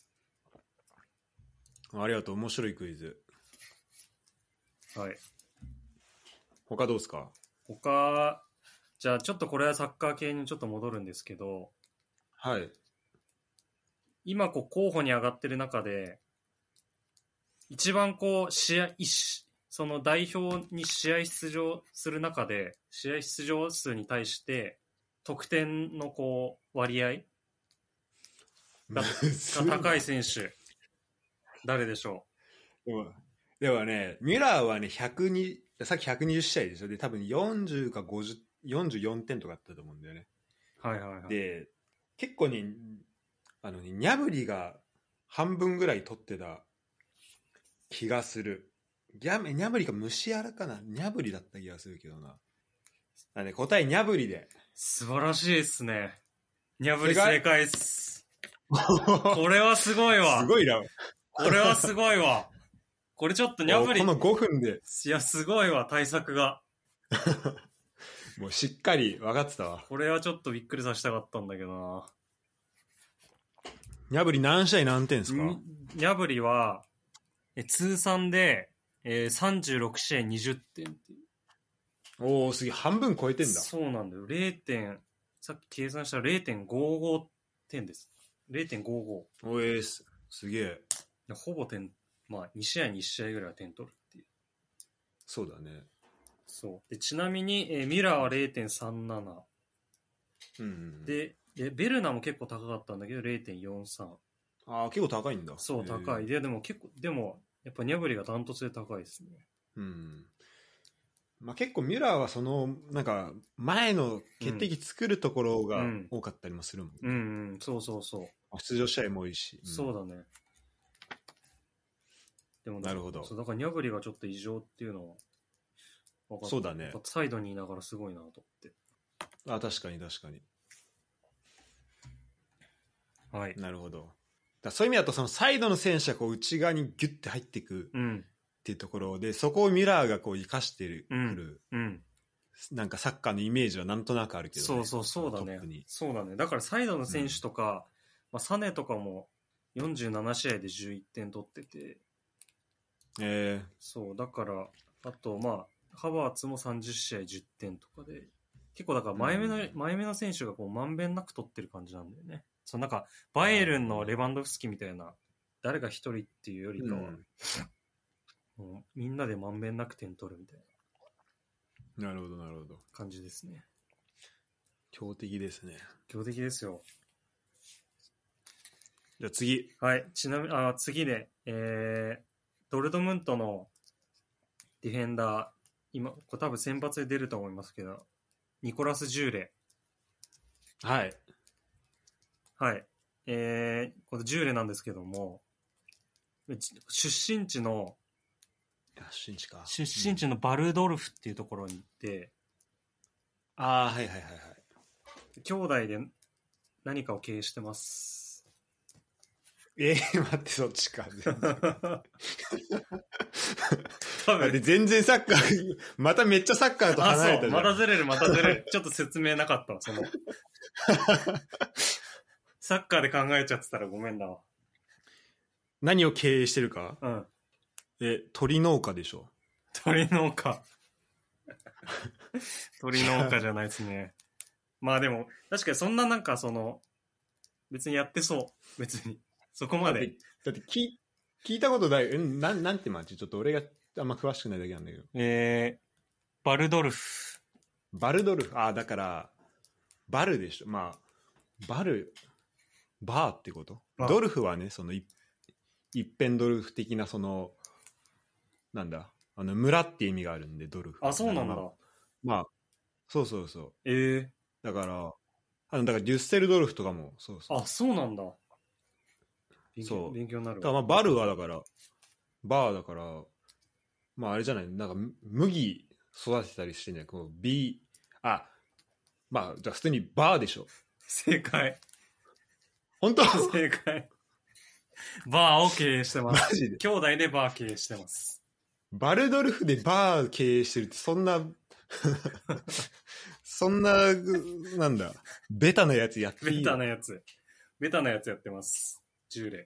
ありがとう、面白いクイズ。 はい。 他どうですか？ 他、じゃあちょっとこれはサッカー系にちょっと戻るんですけど、 はい。 今こう候補に上がってる中で、一番こう試合その代表に試合出場する中で試合出場数に対して得点のこう割合が, が高い選手誰でしょう？でも、でもね、ミュラーはねひゃくにさっきひゃくにじゅっ試合でしょ。で多分よんじゅうかごじゅう、よんじゅうよんてんとかあったと思うんだよね。 はいはいはい。 で結構ねあのねニャブリが半分ぐらい取ってた気がする。ギャニャブリかムシアラかな、ニャブリだった気がするけどな。だね、答えニャブリで。 素晴らしいですね。ニャブリ正解っす。これはすごいわ。 すごいな。 これはすごいわ。これちょっとニャブリ。 このごふんで。 いや、すごいわ、対策が。 もうしっかり分かってたわ。 これはちょっとびっくりさせたかったんだけどな。 ニャブリ何試合何点ですか？ ニャブリは、え通算で、えー、さんじゅうろく試合にじゅってんっていう。 おお、すげえ、半分超えてんだ。 そうなんだよ。れいてん、さっき計算したら れいてんごご 点です。れいてんごご。 おえー、す、すげえ。 ほぼ点、まあに試合にいち試合ぐらいは点取るっていう。 そうだね。 そう。でちなみに、えー、ミラーは れいてんさんなな。 うん、うん。 で、で、ベルナも結構高かったんだけど れいてんよんさん。 ああ、結構高いんだ。 そう、高い。で、でも結構、でも、やっぱニャブリがダントツで高いですね。 うん。まあ、結構ミュラーはそのなんか前の決定機作るところが多かったりもするもんね。 うん、うん、うん、そうそうそう。 出場試合も多いし。 うん、そうだね。でもなるほど。 そうだからニャブリがちょっと異常っていうのは分かった。 そうだね。 サイドにいながらすごいなと思って。 あ、確かに確かに。 はい。 なるほど。だそういう意味だとそのサイドの選手がこう内側にギュッて入っていくっていうところで、うん、そこをミュラーがこう生かしてる、 うんる、 うん、 なんかサッカーのイメージはなんとなくあるけどね。 そうそうそうだね。そうだね。だからサイドの選手とか、うんまあ、サネとかもよんじゅうなな試合でじゅういってん取ってて、 えー、 そうだからあとまあハバーツもさんじゅう試合じゅってんとかで結構だから前目の、うん、前目の選手がこうまんべんなく取ってる感じなんだよね。そのなんかバイエルンのレバンドフスキみたいな誰か一人っていうよりかは、うん、もうみんなでまんべんなく点取るみたいな。なるほどなるほど。 感じですね。 強敵ですね。 強敵ですよ。 じゃあ次。 はい。ちなみにあ次で、えー、ドルトムントのディフェンダー今これ多分先発で出ると思いますけどニコラス・ジューレ。 はいはい。えー、これジューレなんですけども、出身地の、 出身地か。 出身地のバルドルフっていうところに行って、 うん、ああ、はいはいはいはい。 兄弟で何かを経営してます。 えー、待って、そっちか。多分で全然サッカー、まためっちゃサッカーと離れたじゃん。 またずれる、またずれる。ちょっと説明なかったわ、その。サッカーで考えちゃってたらごめんだわ。 何を経営してるか、 うん。 え、鳥農家でしょ。 鳥農家。鳥農家じゃないですね。まあでも、確かにそんななんかその、別にやってそう。別に。そこまで。 だって、だって聞、聞いたことない。なん、なんて町？ちょっと俺があんま詳しくないだけなんだけど。 えー、バルドルフ。 バルドルフ。ああ、だから、バルでしょ。まあ、バル、バーってこと？ドルフはね、その一、一辺ドルフ的なその、なんだ、あの村って意味があるんで、ドルフ。 あ、そうなんだ。 まあ、まあ、そうそうそう。 えー、 だから、あの、だからデュッセルドルフとかも、そうそう。 あ、そうなんだ。勉強、 そう。 勉強になるわ。 だからまあ、バルはだから、バーだから、まああれじゃない、なんか麦育てたりしてね、こう B、あ、まあじゃあ普通にバーでしょ。 正解。 本当？ 正解。バーを経営してます。 マジで？ 兄弟でバー経営してます。 バルドルフでバー経営してるってそんなそんななんだベタなやつやっていい？ ベタなやつ。ベタなやつやってます。じゅうれい。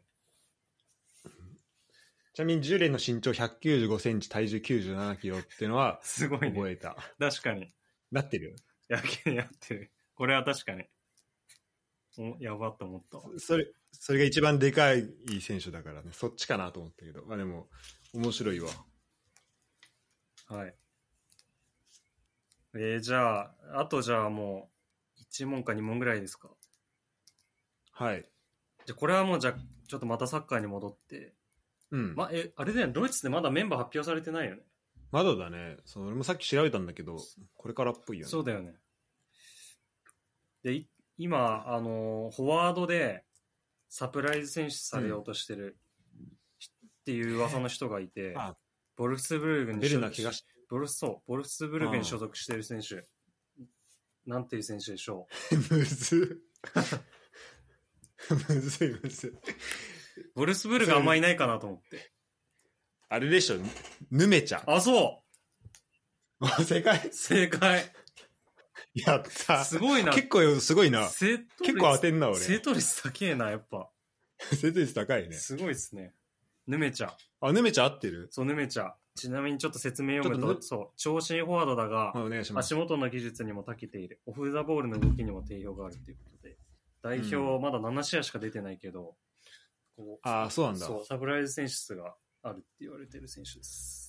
ちなみにじゅうれいの身長ひゃくきゅうじゅうごセンチ、体重きゅうじゅうななキロっていうのはすごいね。 覚えた。 確かに。 なってる？ やけやってる。これは確かに。お、やばっと思った。 それ、それが一番でかい選手だからね。そっちかなと思ったけど。まあでも、面白いわ。 はい。えー、じゃあ、あとじゃあもう、いち問かに問ぐらいですか。 はい。 じゃあこれはもうじゃあ、ちょっとまたサッカーに戻って。 うん。 ま、え、あれだよね、ドイツでまだメンバー発表されてないよね。 まだだね。その俺もさっき調べたんだけど、これからっぽいよね。 そうだよね。で、今、あのー、フォワードでサプライズ選出されようとしてる、うん、っていう噂の人がいて、ああボルフスブルグに所属しボルそうボルフスブルグに所属している選手、なんていう選手でしょう。むずむずいむずい。 ボルフスブルグあんまいないかなと思って。 あれでしょ、ヌメちゃん。 あ、そう正解正解やったすごいな。 結構すごいな。結構当てんな俺。 正答率高えなやっぱ。 正答率高いね。 すごいっすね。ヌメチャ。 あ、ヌメチャ合ってる？ そう、ヌメチャ。ちなみにちょっと説明読むと、そう、長身フォワードだが、足元の技術にも長けている。オフ・ザ・ボールの動きにも定評があるということで、代表まだなな試合しか出てないけど、 うん、こうああ、そうなんだ。 そう、サプライズ選出があるって言われてる選手です。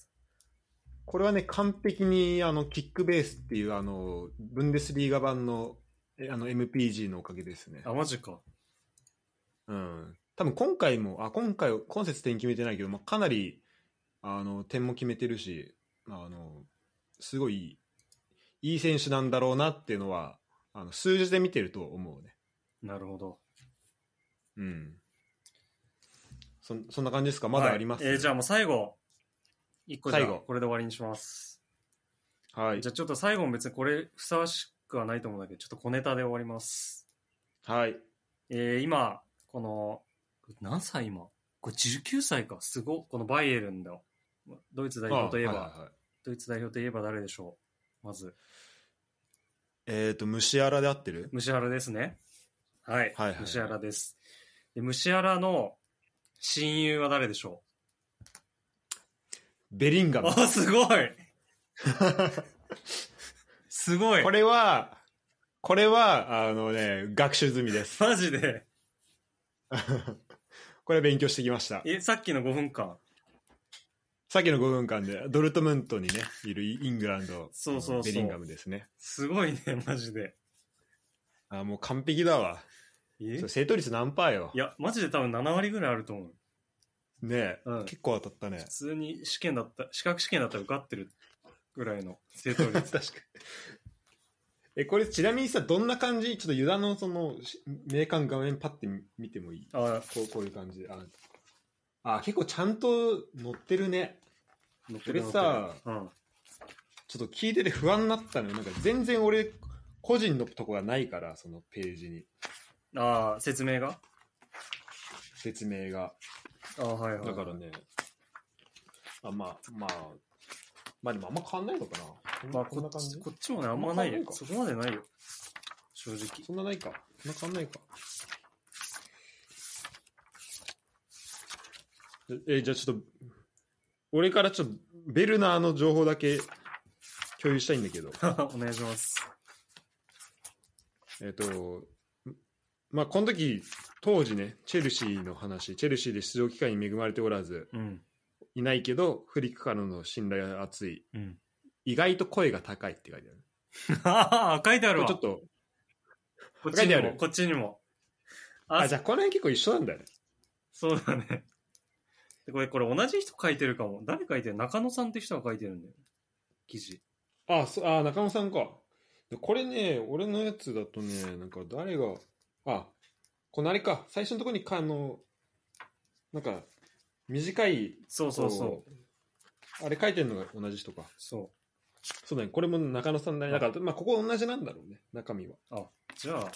これはね、完璧にあのキックベースっていうあのブンデスリーガ版のあの エムピージー のおかげですね。 あ、マジか。 うん。多分今回も、あ、今回、今節点決めてないけど、まあ、かなりあの点も決めてるし、あのすごいいい選手なんだろうなっていうのは、あの数字で見てると思うね。 なるほど。 うん。そ, そんな感じですか？まだあります、 はい、えー、じゃあもう最後、一個じゃあこれで終わりにします。 はい。 じゃあちょっと最後も別にこれふさわしくはないと思うんだけど、ちょっと小ネタで終わります。 はい。 えー、今、この、何歳今これじゅうきゅうさいか。すごっ。このバイエルンだよ。ドイツ代表といえば、はいはいはい、ドイツ代表といえば誰でしょう？まず。 えっと、ムシアラで合ってる？ ムシアラですね。はい。はいはいはい、ムシアラです。で、ムシアラの親友は誰でしょう？ ベリンガム。 あ、すごいすごい。 これは、これは、あのね、学習済みです。 マジでこれ勉強してきました。 え、さっきのごふんかんさっきのごふんかんでドルトムントにねいるイングランド、 そうそうそう、 ベリンガムですね。 すごいねマジで。 あ、もう完璧だわ。え、正答率何パーよ。 いやマジで多分ななわりぐらいあると思うねえ、うん、結構当たったね。 普通に試験だった資格試験だったら受かってるぐらいの正答率。 確かに。え、これちなみにさ、どんな感じ？ちょっとユダのその名鑑画面パッて見てもいい？ あこう、こういう感じ。ああ、結構ちゃんと載ってるね。載ってる。これさ、うん、ちょっと聞いてて不安になったのよ。なんか全然俺個人のとこがないから、そのページに。 ああ、説明が説明が。 ああ、はいはい。 だからね、あ、まあまあまあでもあんま変わんないのかな。 まあこんな感じ。こっちもねあんまないよ。そこまでないよ。正直。 そんなないか。そんな変わんないか。 え、じゃあちょっと、俺からちょっと、ベルナーの情報だけ共有したいんだけど。 お願いします。 えっと、まあ、この時、当時ね、チェルシーの話、チェルシーで出場機会に恵まれておらず、 うん、 いないけど、フリックからの信頼が厚い、 うん、 意外と声が高いって書いてある。 ああ、書いてあるわ。 ちょっと、 こっちにも、こっちにも。 あ、あじゃあこの辺結構一緒なんだよね。 そうだね。これ、これ同じ人書いてるかも。誰書いてる？中野さんって人が書いてるんだよ。記事。 あ、そあ中野さんか。これね、俺のやつだとね、なんか誰が、あ、このあれか、最初のところにか、あの、なんか、短い、 そうそうそう。 あれ書いてるのが同じ人か。 そう。 そうだね、これも中野さんだね。だから、まあ、ここ同じなんだろうね、中身は。 あ、じゃあ。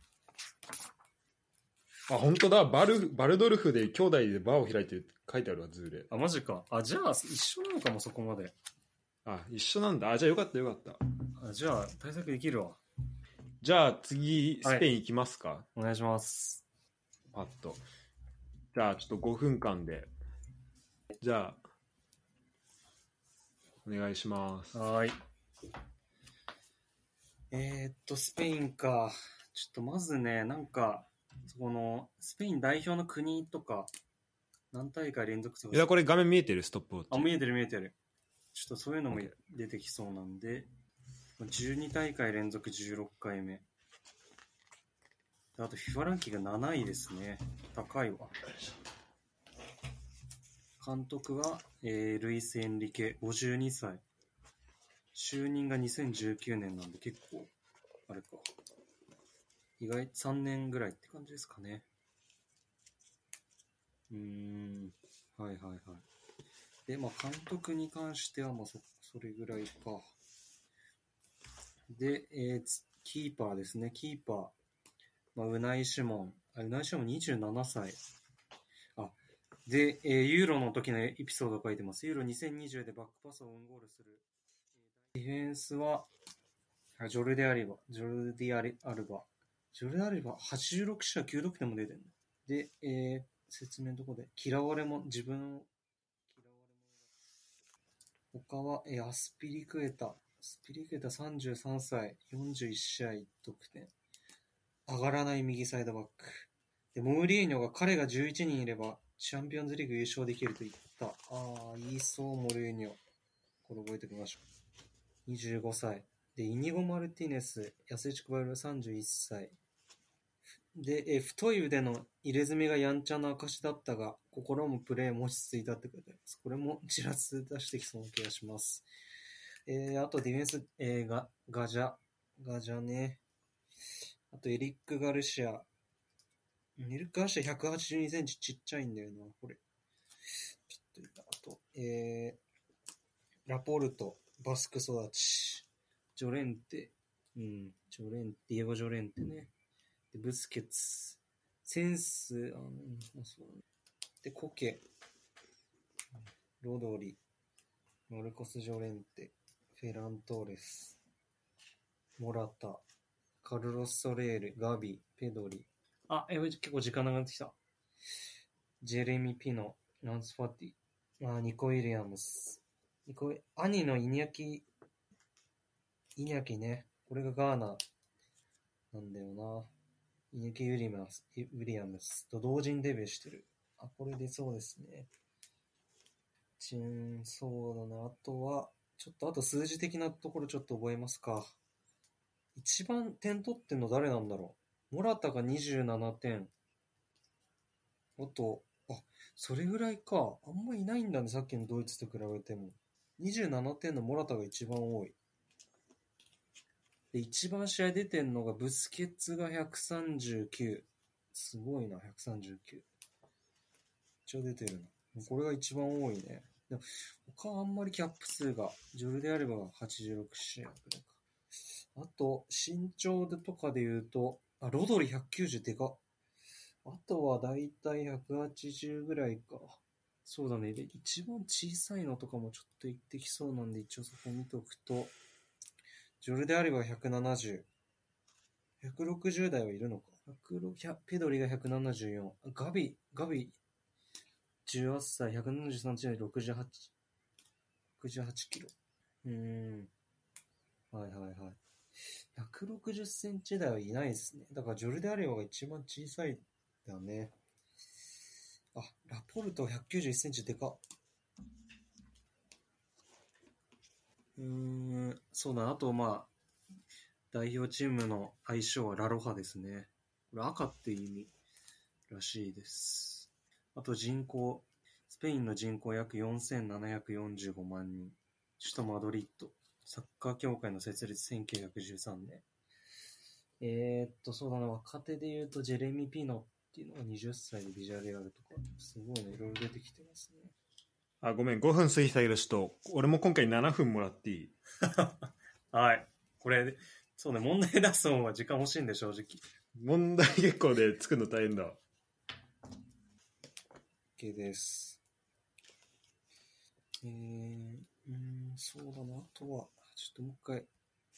あ、本当だ、バル、バルドルフで兄弟でバーを開いてる書いてあるわ、ズーレ。 あ、マジか。あ、じゃあ、一緒なのかも、そこまで。 あ、一緒なんだ。あ、じゃあよかったよかった。 あ、じゃあ、対策できるわ。 じゃあ次、スペイン行きますか、はい、 お願いします。 パッと。じゃあ、ちょっとごふんかんで。じゃあ、お願いします。 はい。えー、っと、スペインか。ちょっとまずね、なんか、そこの、スペイン代表の国とか、何大会連続とか。 いや、これ画面見えてる、ストップウォッチ。 あ、見えてる見えてる。ちょっとそういうのも出てきそうなんで、じゅうに大会連続じゅうろっかいめ。あと FIFA ランキングなないですね。高いわ。監督は、えー、ルイス・エンリケ、ごじゅうにさい。就任がにせんじゅうきゅうねんなんで結構、あれか。意外、さんねんぐらいって感じですかね。うーん。はいはいはい。で、まあ、監督に関しては、まあそ、それぐらいか。で、えー、キーパーですね。キーパー。まあ、ウナイ・シモン。あ、ウナイ・シモンにじゅうななさい。あ、で、えー、ユーロの時のエピソードを書いてます。ユーロにせんにじゅうでバックパスをオウンゴールする。ディフェンスは、ジョルディ・アリバ。ジョルディ・アルバ。ジョルディ・アルバ、はちじゅうろく試合きゅう得点も出てるの。で、えー、説明のとこで、嫌われも、自分を、嫌われも。他は、えー、アスピリクエタ。アスピリクエタさんじゅうさんさい、よんじゅういち試合得点。上がらない右サイドバック。で、モウリーニョが彼がじゅういちにんいれば、チャンピオンズリーグ優勝できると言った。ああ、言いそう、モウリーニョ。これ覚えておきましょう。にじゅうごさい。で、イニゴ・マルティネス、ヤセチクバルさんじゅういっさい。で、え太い腕の入れ墨がやんちゃな証だったが、心もプレーも落ち着いたって書いてあります。これもちらつ出してきそうな気がします。えー、あとディフェンス、えー、ガガジャ。ガジャね。あとエリック・ガルシア。エリック・ガルシアひゃくはちじゅうにセンチちっちゃいんだよな、これ。ちょっと、あと、えー、ラポルト、バスク育ち。ジョレンテ、うん、ジョレンテ、ディエゴ・ジョレンテね。で、ブスケツ、センス、あの、そうで、コケ、ロドリ、マルコス・ジョレンテ、フェラントーレス、モラタ、カルロス・ソレール、ガビ、ペドリ。あ、え、結構時間長くなってきた。ジェレミ・ピノ、ナンス・ファティ、あ、ニコ・ウィリアムス。ニコ兄のイニャキ、イニャキね。これがガーナなんだよな。イニャキ・ウィリアムス、ウィリアムスと同時にデビューしてる。あ、これでそうですね。ちん、そうだな。あとは、ちょっとあと数字的なところちょっと覚えますか。一番点取ってんの誰なんだろう。モラタがにじゅうななてん。あと、あ、それぐらいか。あんまいないんだね、さっきのドイツと比べても。にじゅうななてんのモラタが一番多い。で、一番試合出てんのがブスケッツがひゃくさんじゅうきゅう。すごいな、ひゃくさんじゅうきゅう。一応出てるな。これが一番多いね。でも他はあんまりキャップ数が、ジョルであればはちじゅうろく試合くらいか。あと、身長でとかで言うと、あ、ロドリひゃくきゅうじゅうでか。あとはだいたいひゃくはちじゅうぐらいか。そうだね。で、一番小さいのとかもちょっと言ってきそうなんで、一応そこ見とくと、ジョルであればひゃくななじゅう。ひゃくろくじゅう代はいるのか。ひゃくろく、ペドリがひゃくななじゅうよん。ガビ、ガビ、 じゅうはっさい、ひゃくななじゅうさんセンチ、ろくじゅうはち、ろくじゅうはちキロ。うーん。はいはいはい。ひゃくろくじゅっセンチ台はいないですね。だからジョルディアレオが一番小さいだね。あ、ラポルトひゃくきゅうじゅういちセンチでかっ。うーん、そうだ、あとまあ、代表チームの愛称はラロハですね。これ赤っていう意味らしいです。あと人口、スペインの人口約よんせんななひゃくよんじゅうごまんにん。首都マドリッド。サッカー協会の設立せんきゅうひゃくじゅうさんねん。えー、っと、そうだな、若手で言うとジェレミー・ピノっていうのがはたちでビジュアレアルとか、すごいね、いろいろ出てきてますね。 あ、ごめん、ごふん過ぎたけど、ちょっと、俺も今回ななふんもらっていい？ はい。これ、そうね、問題出すのは時間欲しいんで、正直。 問題結構で作るの大変だ。 OK です。えー、うーん、そうだな、あとは、ちょっともう一回。う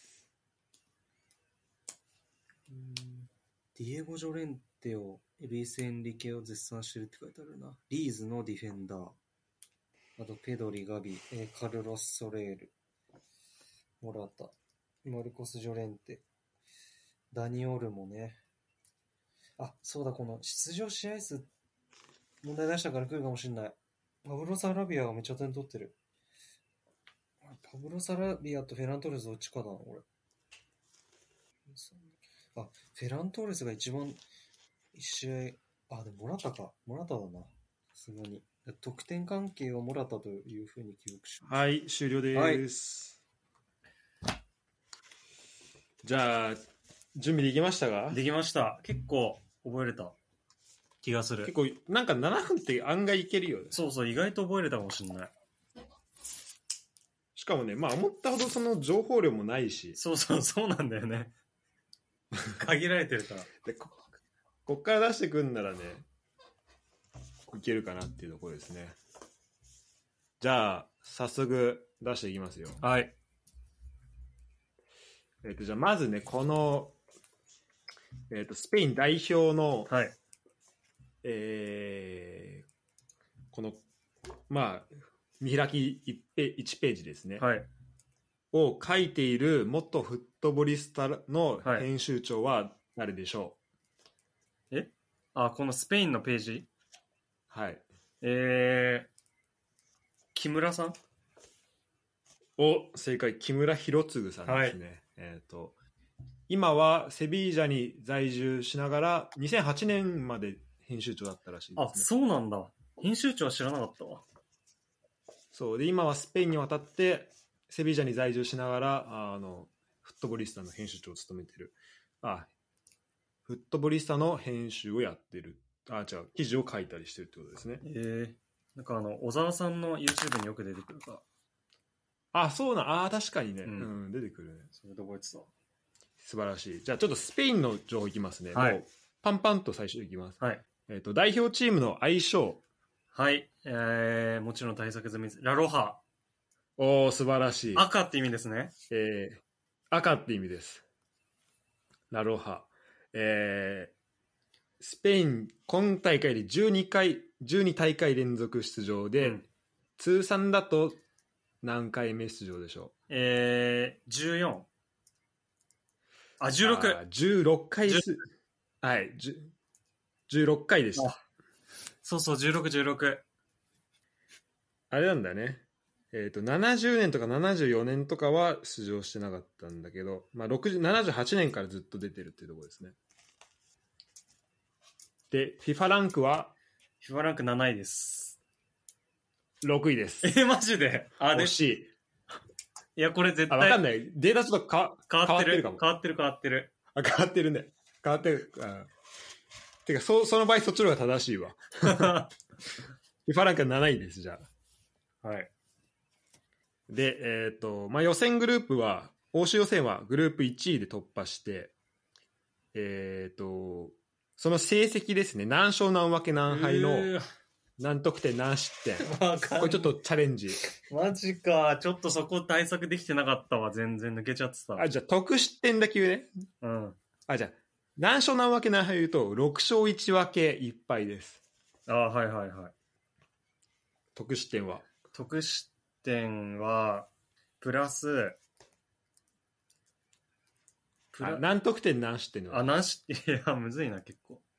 ーん、ディエゴ・ジョレンテを、ルイス・エンリケを絶賛してるって書いてあるな。リーズのディフェンダー。あと、ペドリ、ガビ、えー、カルロス・ソレール、モラタ、マルコス・ジョレンテ、ダニオルもね。あ、そうだ、この出場試合数、問題出したから来るかもしれない。パブロ・サラビアがめっちゃ点取ってる。パブロ・サラビアとフェラントーレスどっちかだな、俺。あ、フェラントーレスが一番一試合、あ、でもモラタか。モラタだな。さすがに。得点関係をモラタというふうに記憶します。 はい、終了です。はい、じゃあ、準備できましたか？ できました。結構覚えれた気がする。 結構、なんかななふんって案外いけるよね。 そうそう、意外と覚えれたかもしれない。 しかもね、まあ思ったほどその情報量もないし。 そうそう、そうなんだよね。限られてるから。 で こ, こっから出してくんならね、いけるかなっていうところですね。じゃあ、早速出していきますよ。 はい。 えっと、じゃあまずね、この、えっと、スペイン代表の、 はい。 えー、この、まあ、見開き 1, ペいちページですね。 はい。 を書いている元フットボリスタの編集長は誰でしょう？はい、えあ、このスペインのページ？ はい。 えー、木村さん？ お、正解、木村博次さんですね。はい、えっと、今はセビージャに在住しながらにせんはちねんまで編集長だったらしいですね。 あ、そうなんだ。編集長は知らなかったわ。 そうで、今はスペインに渡ってセビージャに在住しながらあのフットボリスタの編集長を務めてる。あ、フットボリスタの編集をやってる。あ、違う、記事を書いたりしてるってことですね。 えー、なんかあの小沢さんの YouTube によく出てくるか。 あ、そうな、あ、確かにね、うん、うん、出てくるね。 それで覚えてた。 素晴らしい。じゃあちょっとスペインの情報いきますね。 はい、 もうパンパンと最初いきます。 はい。 えっと、代表チームの愛称。 はい、えー、もちろん対策済みです。ラロハ。 おー、素晴らしい。 赤って意味ですね。 えー、赤って意味です。ラロハ。えー、スペイン、今大会でじゅうにかい、じゅうに大会連続出場で、うん、通算だと何回目出場でしょう？ えー、じゅうよん。あ、じゅうろく。 あ、じゅうろっかいす。はい、じゅうろっかいでした。 そうそう、じゅうろく、じゅうろく。 あれなんだね。えーと、ななじゅうねんとかななじゅうよねんとかは出場してなかったんだけど、まあ、ろくじゅう、ななじゅうはちねんからずっと出てるっていうところですね。で、FIFA ランクは FIFA ランクなないです。 ろくいです。 え、マジで？あれ惜しい。 いや、これ絶対。 あ、わかんない。データちょっとか変わってる。 変わってるかも。 変わってる変わってる。 あ、変わってるね。変わってる。あ、てか、そ、その場合そっちの方が正しいわ。FIFA ランクはなないです、じゃあ。はい。 で、えっと、まあ、予選グループは、欧州予選はグループいちいで突破して、えっと、その成績ですね、何勝何分け何敗の、何得点何失点。これちょっとチャレンジ。 マジか。ちょっとそこ対策できてなかったわ。全然抜けちゃってた。 あ、じゃあ得失点だけ言うね。 うん。 あ、じゃあ、何勝何分け何敗言うと、ろく勝いち分けいっ敗です。 あ、はいはいはい。 得失点は得失点はプラスプラ何得点何失点のあ何失いやむずいな結構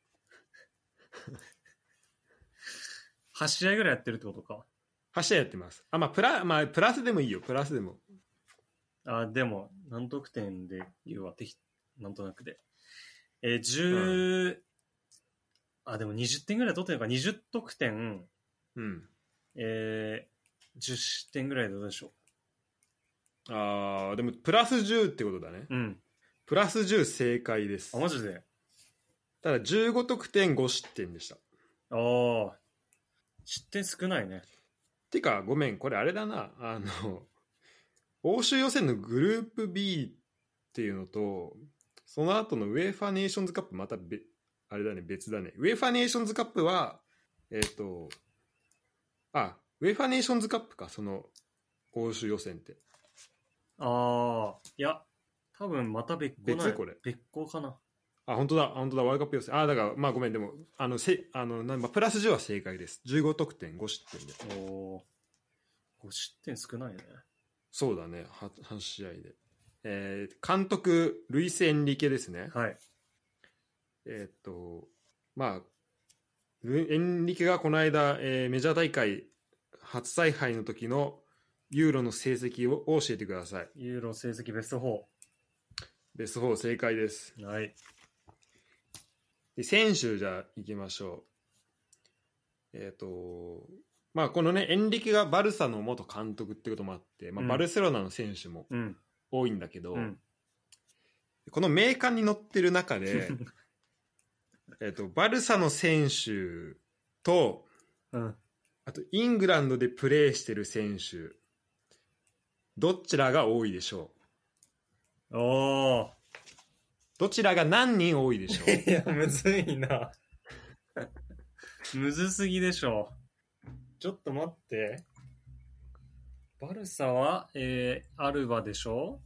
はち試合ぐらいやってるってことか。 はち試合やってます。あ、まあプラ、まあ、プラスでもいいよ。プラスでも。 あ、でも何得点で言うわ、なんとなくで。えー、じゅう、うん、あ、でもにじゅってんぐらい取ってるのか。にじゅう得点、 うん。 えー、じゅう失点ぐらいでどうでしょう。ああ、でもプラスじゅうってことだね。 うん。 プラスじゅう正解です。 あ、マジで。 ただじゅうご得点ご失点でした。 ああ、失点少ないね。 てかごめん、これあれだな、あの欧州予選のグループ B っていうのとその後のウェーファーネーションズカップまたべあれだね、別だね。ウェーファーネーションズカップはえっ、ー、とあウェーファーネーションズカップか、その欧州予選って。 ああ、いや多分また別個な別これ別個かな。 あ、本当だ、本当だ、ワールドカップ予選。あ、だから、まあごめん、でも、あの、せあのなんまあ、プラスじゅうは正解です。じゅうご得点、ご失点で。 おー、ご失点少ないね。 そうだね、はち試合で。えー、監督、ルイス・エンリケですね。 はい。 えー、っと、まあ、エンリケがこの間、えー、メジャー大会初采配の時のユーロの成績を教えてください。 ユーロ成績ベストフォー。 ベストフォー正解です。 はい。 で選手じゃあ行きましょう。えっ、ー、とまあこのねエンリケがバルサの元監督ってこともあって、まあ、バルセロナの選手も多いんだけど、うんうん、この名鑑に載ってる中でえとバルサの選手と、うん、あとイングランドでプレーしてる選手どちらが多いでしょう。おー、 どちらが何人多いでしょう。 いやむずいなむずすぎでしょ。ちょっと待って。バルサは、えー、アルバでしょ。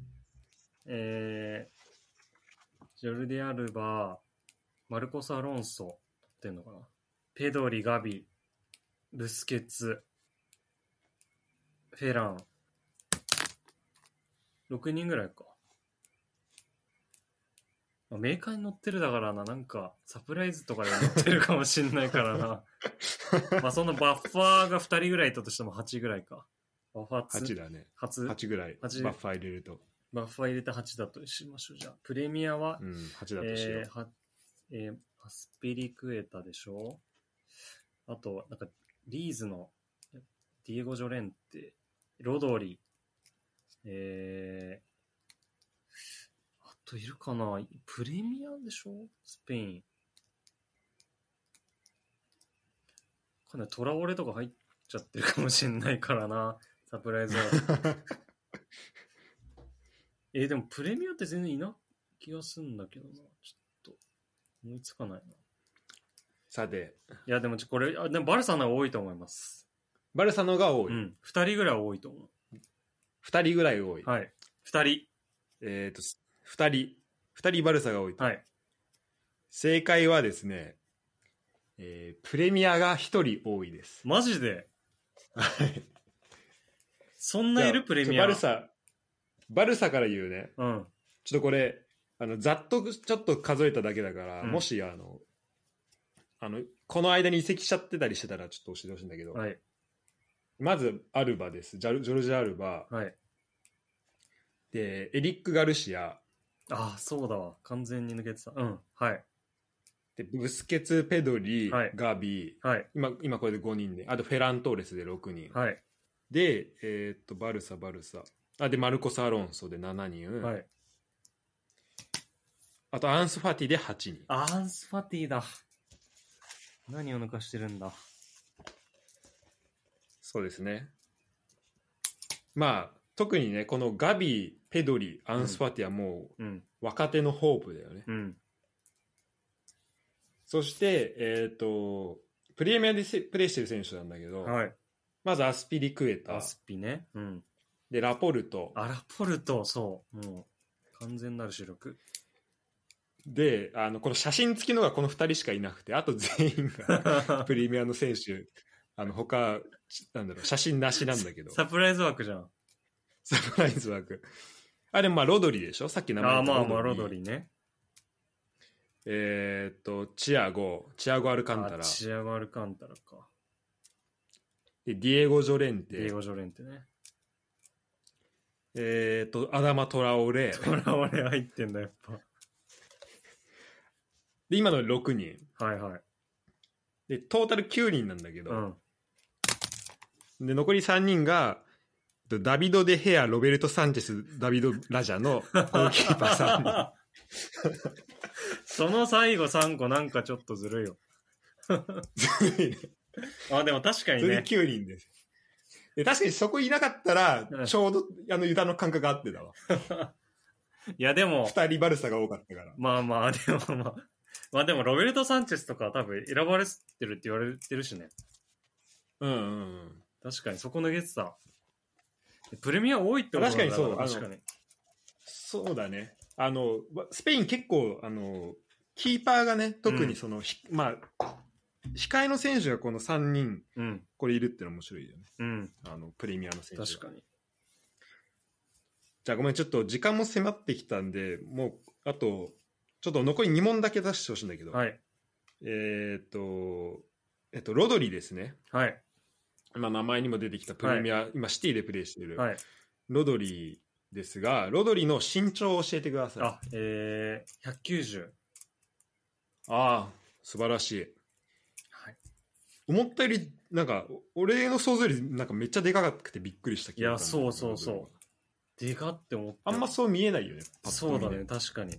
えー、ジョルディ・アルバ、マルコス・アロンソっていうのかな。ペドリ、ガビ、ブスケツ、フェラン。ろくにんぐらいか。メーカーに乗ってるだからな、なんかサプライズとかで乗ってるかもしんないからなまあそのバッファーがふたりぐらいいたとしてもはちぐらいか。バッファーはちだね。 初はちぐらい。バッファー入れると。 バッファー入れてはちだとしましょう。じゃあプレミアは、 うん、はちだとしよう。 えーはえー、アスピリクエタでしょ。あとなんかリーズのディエゴ・ジョレンテ、ロドリ、えーあといるかな。プレミアでしょスペイン。かなりトラオレとか入っちゃってるかもしれないからな。サプライズは。えー、でもプレミアって全然いな気がするんだけどな。ちょっと思いつかないな。 さて。 いやでもこれ、あでもバルサの方が多いと思います。 バルサの方が多い。 うん。ふたりぐらい多いと思う。 ふたりぐらい多い。 はい。ふたり。 えっと、ふたり。ふたりバルサが多いと。 はい。 正解はですね、えー、プレミアがひとり多いです。 マジでそんないるプレミア。 バルサ、バルサから言うね。 うん。 ちょっとこれ、あの、ざっとちょっと数えただけだから、うん、もし、あの、あの、この間に移籍しちゃってたりしてたらちょっと教えてほしいんだけど、 はい、 まず、アルバです。ジョルジュ・アルバ。 はい。 で、エリック・ガルシア。 ああ、そうだわ。完全に抜けてた。うん。はい。 で、ブスケツ、ペドリ、 はい、 ガビ、 はい、 今、今これでごにんで、あとフェラントーレスでろくにん。 はい。 で、えー、っと、バルサ、バルサ。あ、で、マルコス・アロンソでしちにん。 はい。 あと、アンス・ファティではちにん。 アンス・ファティだ。何を抜かしてるんだ。 そうですね。まあ、特にね、このガビ、ペドリ、アンス・ファティはもう、若手のホープだよね。 うん。 そして、えっと、プレミアでプレーしてる選手なんだけど、 はい、 まずアスピリクエタ。 アスピね。うん。 で、ラポルト。 あ、ラポルト、そう。もう、完全なる主力。 で、あの、この写真付きのがこのふたりしかいなくて、あと全員がプレミアの選手あの他なんだろう写真なしなんだけどサプライズ枠じゃん。 サプライズ枠。あれまあロドリでしょ、さっき名前言った。ああまあまあロドリね。 えー、っとチアゴチアゴアルカンタラ、 チアゴアルカンタラか。 でディエゴ・ジョレンテ、 ディエゴ・ジョレンテね。 えー、っとアダマ・トラオレ、 トラオレ入ってんだやっぱ。 で今のろくにん。 はいはい。 でトータルきゅうにんなんだけど、 うん、 で残りさんにんがダビド・デ・ヘア、ロベルト・サンチェス、ダビド・ラジャのゴールキーパーさんにんその最後さんこなんかちょっとずるいよあでも確かにね。 それできゅうにんです。で確かにそこいなかったらちょうどあのユダの感覚があってだわいやでもふたりバルサが多かったから。 まあまあでもまあまあでもロベルト・サンチェスとか多分選ばれてるって言われてるしね。 うんうんうん。 確かにそこ抜けてた。プレミア多いってことなんだ。 確かにそう。 確かに。 そうだね。あのスペイン結構あのキーパーがね特にその、うん、まあ控えの選手がこのさんにん、うん、これいるっての面白いよね。 うん、 あのプレミアの選手。 確かに。 じゃあごめんちょっと時間も迫ってきたんでもうあとちょっと残りに問だけ出してほしいんだけど。 はい。 えっ、ー、とえっとロドリですね。 はい。 まあ、名前にも出てきたプレミア、はい、今シティでプレーしている、 はい、 ロドリですが、ロドリの身長を教えてください。 あ、えー、ひゃくきゅうじゅう。 ああ、素晴らしい。 はい、 思ったよりなんか俺の想像よりなんかめっちゃでかくてびっくりした気が。 いやそうそうそう。でかって思って。 あんまそう見えないよね。 そうだね確かに。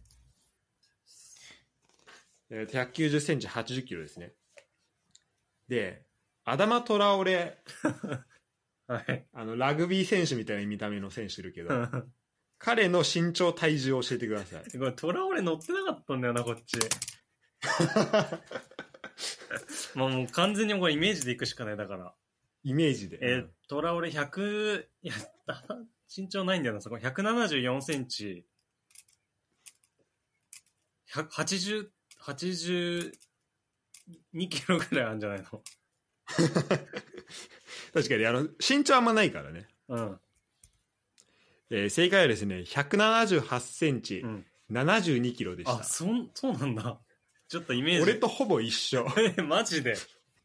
えー、ひゃくきゅうじゅっセンチはちじゅっキロですね。で。アダマ・トラオレ、 はい、 あのラグビー選手みたいな見た目の選手いるけど彼の身長体重を教えてください。 これトラオレ乗ってなかったんだよなこっちまあもう完全にこれイメージでいくしかないだからイメージで、 えー、トラオレひゃくいや身長ないんだよなそこひゃくななじゅうよんセンチはちじゅう、はちじゅうにキロぐらいあるんじゃないの確かにあの身長あんまないからね、 うんえー、正解はですねひゃくななじゅうはちセンチ、うん、ななじゅうにキロでした。 あ そ, そうなんだ。ちょっとイメージ俺とほぼ一緒えマジで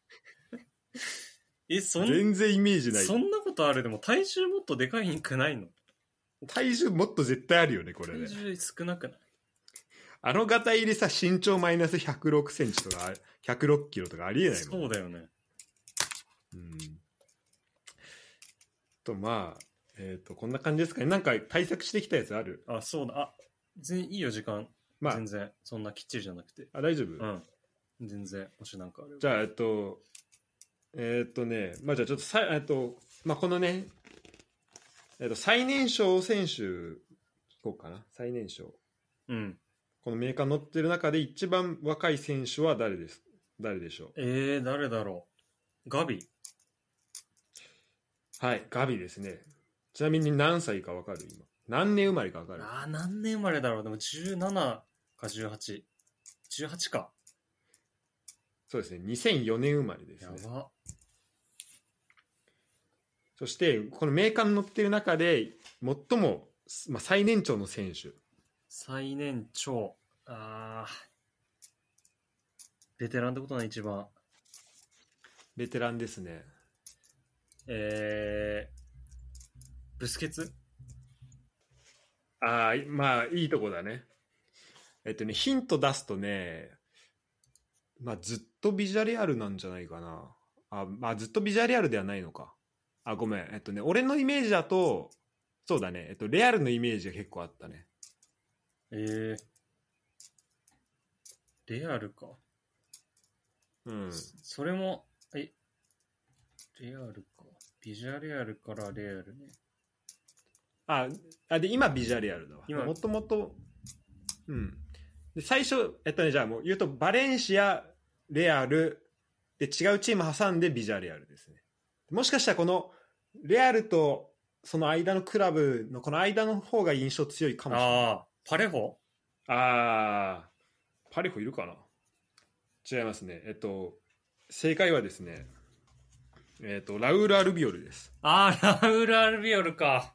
えそん全然イメージない。 そんなことある。でも体重もっとでかいくないの？ 体重もっと絶対あるよねこれね。 体重少なくない？ あのガタ入れさ身長マイナスひゃくろくセンチとかひゃくろっキロとかありえないもん。 そうだよね。 うんとまあえっ、ー、とこんな感じですかね。なんか対策してきたやつある？ あそうだ。あ全然いいよ時間、まあ、全然そんなきっちりじゃなくて。 あ大丈夫？ うん全然もしなんかある。 じゃあえっとえっ、ー、とねまあじゃあちょっとさえっとまあこのねえっ、ー、と最年少選手聞こうかな。最年少。 うん。 このメーカー載ってる中で一番若い選手は誰です？誰でしょう？ えー、誰だろう。ガビ。 はいガビですね。ちなみに何歳か分かる？今何年生まれか分かる？ ああ何年生まれだろう。でもじゅうななかじゅうはち。じゅうはちか。 そうですねにせんよねん生まれですね。 やば。 そしてこのメーカーに載ってる中で最も、まあ、最年長の選手。 最年長。ああベテランってことない一番。 ベテランですね。 えー、ブスケツ。 ああまあいいとこだね。えっとねヒント出すとね、まあずっとビジャレアルなんじゃないかな。あまあずっとビジャレアルではないのか。あごめんえっとね俺のイメージだとそうだねえっとレアルのイメージが結構あったね。 えー、レアルか。 うん。 それもえレアルか。ビジャレアルからレアルね。 ああで今ビジャレアルだわ。今もともとうんで最初えっとねじゃあもう言うとバレンシアレアルで違うチーム挟んでビジャレアルですね。もしかしたらこのレアルとその間のクラブのこの間の方が印象強いかもしれない。 ああパレホ？ ああパレホいるかな。違いますね。えっと正解はですねえっ、ー、と、ラウール・アルビオルです。 あー、ラウール・アルビオルか。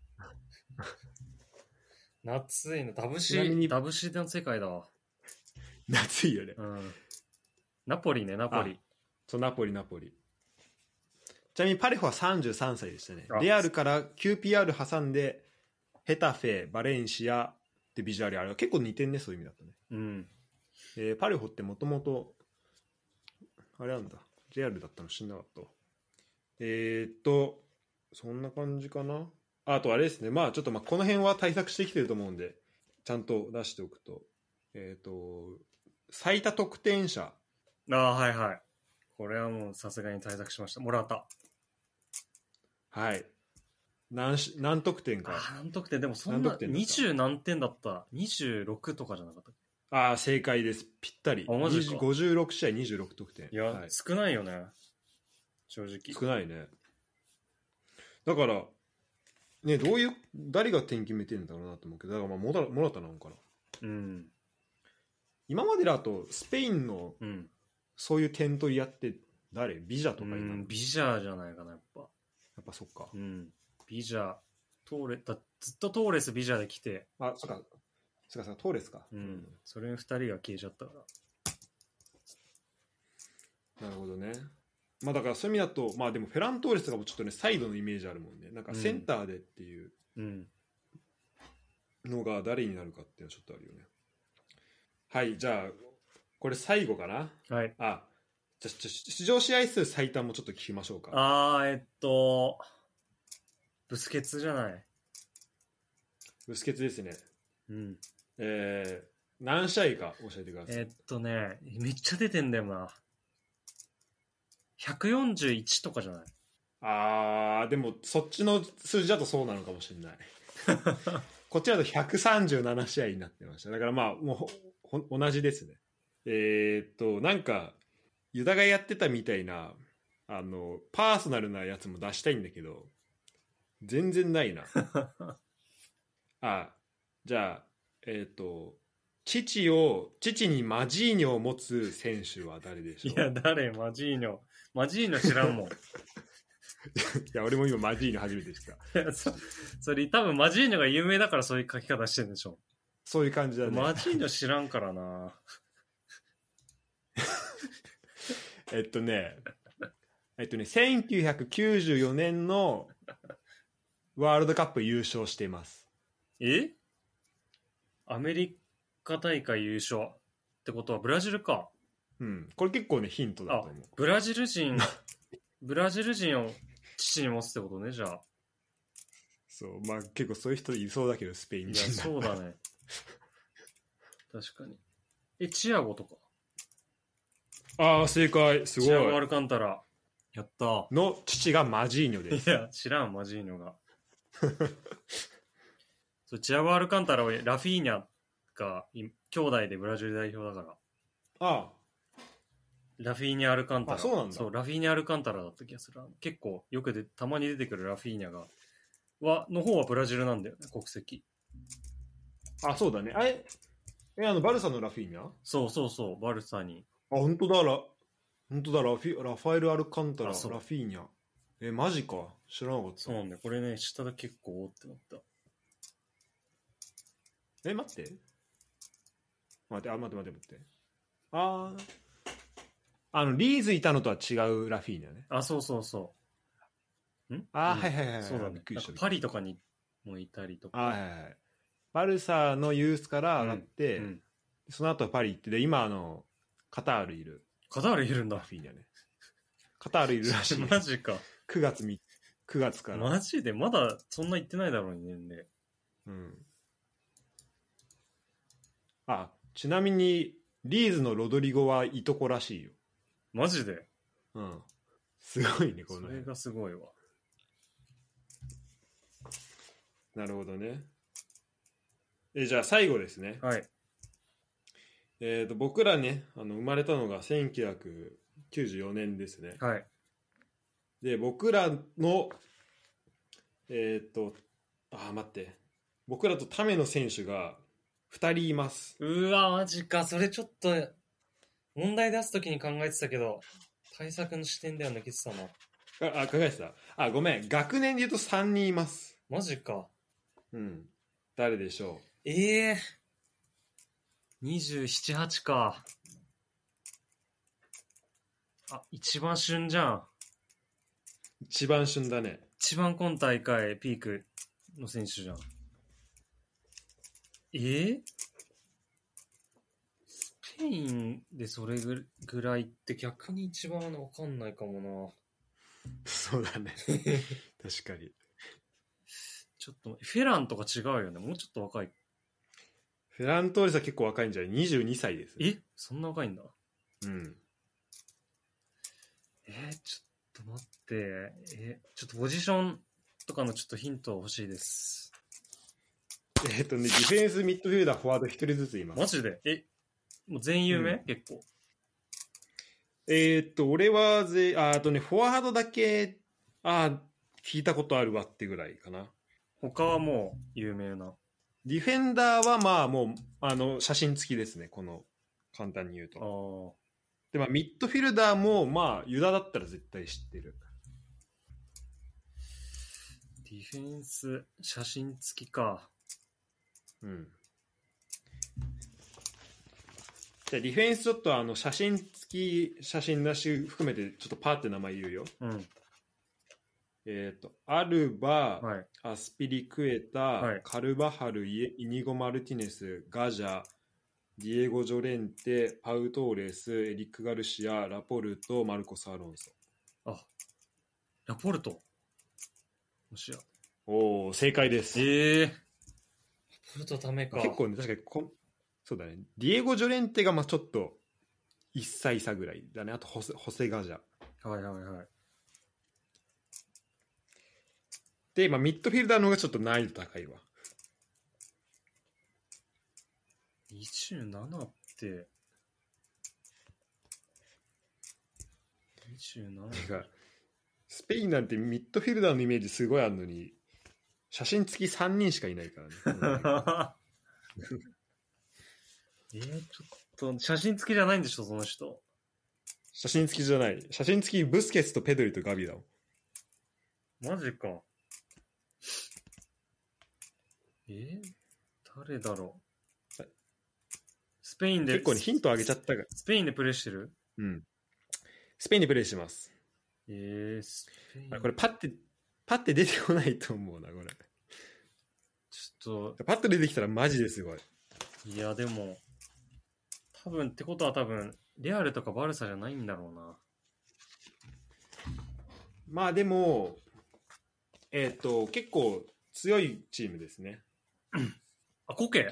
夏いの、ダブシ、ダブシの世界だわ。 夏いよね。 うん。ナポリね、ナポリ。 そう、ナポリ、ナポリ。ちなみにパレホはさんじゅうさんさいでしたね。レアルから キューピーアール 挟んで、ヘタフェ、バレンシア、でビジュアルあれは結構似てんね、そういう意味だとね。 うん。 えー、パレホってもともと、あれなんだ、レアルだったの知んなかった。えー、っと、そんな感じかな。あとあれですね、まあちょっとまあこの辺は対策してきてると思うんで、ちゃんと出しておくと、えー、っと、最多得点者。 ああ、はいはい。これはもうさすがに対策しました。もらった。 はい。何し何得点か。 あ、何得点でもそんなにじゅう何点だった。にじゅうろくとかじゃなかったっけ。 ああ、正解です。ぴったり。 あ、マジか。 ごじゅうろく試合にじゅうろく得点。 いや、はい、少ないよね。正直。 少ないね。だから、ね、どういう、誰が点決めてんだろうなと思うけど、だからまあモラ、モラタなのかな。 うん。 今までだと、スペインの、 うん、 そういう点取り屋って誰？ビジャとかいなの？うん、 ビジャじゃないかな、やっぱ。やっぱそっか。 うん。ビジャ、トーレだずっとトーレスビジャで来て。 あ、そっか。そっかそっか、トーレスか。 うん。それにふたりが消えちゃったから。 なるほどね。まあだからそういう意味だと、まあでもフェラントーレスがちょっとね、サイドのイメージあるもんね。なんかセンターでっていうのが誰になるかっていうのはちょっとあるよね。はい、じゃあ、これ最後かな。 はい。 あ、じゃあ出場試合数最多もちょっと聞きましょうか。 あー、えっと、ブスケツじゃない。 ブスケツですね。 うん。 えー、何試合か教えてください。 えっとね、めっちゃ出てんだよな。ひゃくよんじゅういちとかじゃない？ あー、でもそっちの数字だとそうなのかもしれない。こっちだとひゃくさんじゅうなな試合になってました。だからまあもう同じですね。えー、っとなんかユダがやってたみたいなあのパーソナルなやつも出したいんだけど全然ないな。あ、じゃあえー、っと父を父にマジーニョを持つ選手は誰でしょう？ いや誰？マジーニョマジーニョ知らんもん。いや俺も今マジーニョ初めて知った。 いや そ, それ多分マジーニョが有名だからそういう書き方してるんでしょ。 そういう感じだね。 マジーニョ知らんからな。 えっとねえっとねせんきゅうひゃくきゅうじゅうよねんのワールドカップ優勝しています。 え？アメリカ大会優勝ってことはブラジルか。 うん、これ結構ねヒントだと思う。 ブラジル人ブラジル人を父に持つってことね、じゃあ。 そうまあ結構そういう人いそうだけどスペイン人。 いやそうだね。確かに。えチアゴとか。 ああ正解すごい。 チアゴアルカンタラやったの父がマジーニョです。 いや知らんマジーニョが。そうチアゴアルカンタラはラフィーニャが兄弟でブラジル代表だから。 ああ。 ラフィーニャ・アルカンタラ。 そうなんだ。 そうラフィーニャ・アルカンタラだった気がする。結構よくでたまに出てくるラフィーニャがはの方はブラジルなんだよね、国籍。 あ、そうだね。あれえあのバルサのラフィーニャ？ そうそうそうバルサに。 あ本当だラ本当だラフィラファエル・アルカンタララフィーニャ。えマジか知らなかった。 そうなんだよこれね下で結構おってなった。 え待って待ってあ待って待って待ってあーあのリーズいたのとは違うラフィーニャね。 あそうそうそう。んあ、うん、はいはいはいそうだね。パリとかにもいたりとか。 はいはいはい。バルサのユースから上がって、うんうん、その後パリ行ってで今あのカタールいる。 カタールいるんだ。 ラフィーニャね。カタールいるらしい。 マジか。 くがつみくがつから。 マジでまだそんな行ってないだろうに年齢。 うん。あちなみにリーズのロドリゴはいとこらしいよ。 マジで？ うん。すごいねこの。 それがすごいわ。 なるほどね。えじゃあ最後ですね。 はい。 えっと僕らねあの生まれたのがせんきゅうひゃくきゅうじゅうよねんですね。 はい。 で僕らのえっとあ待って僕らとための選手がふたりいます。 うわマジかそれちょっと問題出すときに考えてたけど対策の視点では抜けてたな。 あ、あ考えてた。あ、ごめん。学年で言うとさんにんいます。 マジか。 うん。誰でしょう。ええー。にじゅうなな、はちか。あ、一番旬じゃん。 一番旬だね。 一番今大会ピークの選手じゃん。えー、スペインでそれぐらいって逆に一番わかんないかもな。そうだね。確かに。 ちょっと、フェランとか違うよね。もうちょっと若い。 フェラントーレスは結構若いんじゃない ?にじゅうに 歳です、 ね。えそんな若いんだ。 うん。 えー、ちょっと待って。えー、ちょっとポジションとかのちょっとヒント欲しいです。 えっとね、ディフェンス、ミッドフィルダー、フォワード一人ずついます。 マジでえもう全員有名、うん、結構。 えー、っと、俺はぜ、あ、あとね、フォワードだけ、あ、聞いたことあるわってぐらいかな。 他はもう有名な。 ディフェンダーはまあもう、あの、写真付きですね、この、簡単に言うと。あで、まあ、ミッドフィルダーも、まあ、ユダだったら絶対知ってる。 ディフェンス、写真付きか。 うん。じゃあディフェンスちょっとあの写真付き写真なし含めてちょっとパーって名前言うよ。 うん。 えっ、ー、とアルバ、 はい、 アスピリクエタ、はい、カルバハル、イニゴ・マルティネス、ガジャ、ディエゴ・ジョレンテ、パウトーレス、エリック・ガルシア、ラポルト、マルコス・アロンソ。 あ、ラポルト。もしや。 おお、正解です。 ええー。ラポルトダメか。 結構ね、確かにこそうだね。ディエゴ・ジョレンテがまあちょっといっさい差ぐらいだね。あとホセ、ホセガジャ。 はいはいはい。 で、まあ、ミッドフィルダーの方がちょっと難易度高いわ。 にじゅうななって、にじゅうなな? てかスペインなんてミッドフィルダーのイメージすごいあるのに、写真付きさんにんしかいないからね。 えー、ちょっと、写真付きじゃないんでしょ、その人。 写真付きじゃない。写真付きブスケツとペドリとガビだもん。 マジか。えー、誰だろう。スペインで。 結構ね、ヒントあげちゃったから。 スペインでプレーしてる？ うん。スペインでプレーしてます。 えー、スペイン。 これパッて、パッて出てこないと思うな、これ。 ちょっと。 パッと出てきたらマジですごい。 いや、でも、多分ってことは多分レアルとかバルサじゃないんだろうな。 まあでもえっ、ー、と結構強いチームですね。 あ、コケ？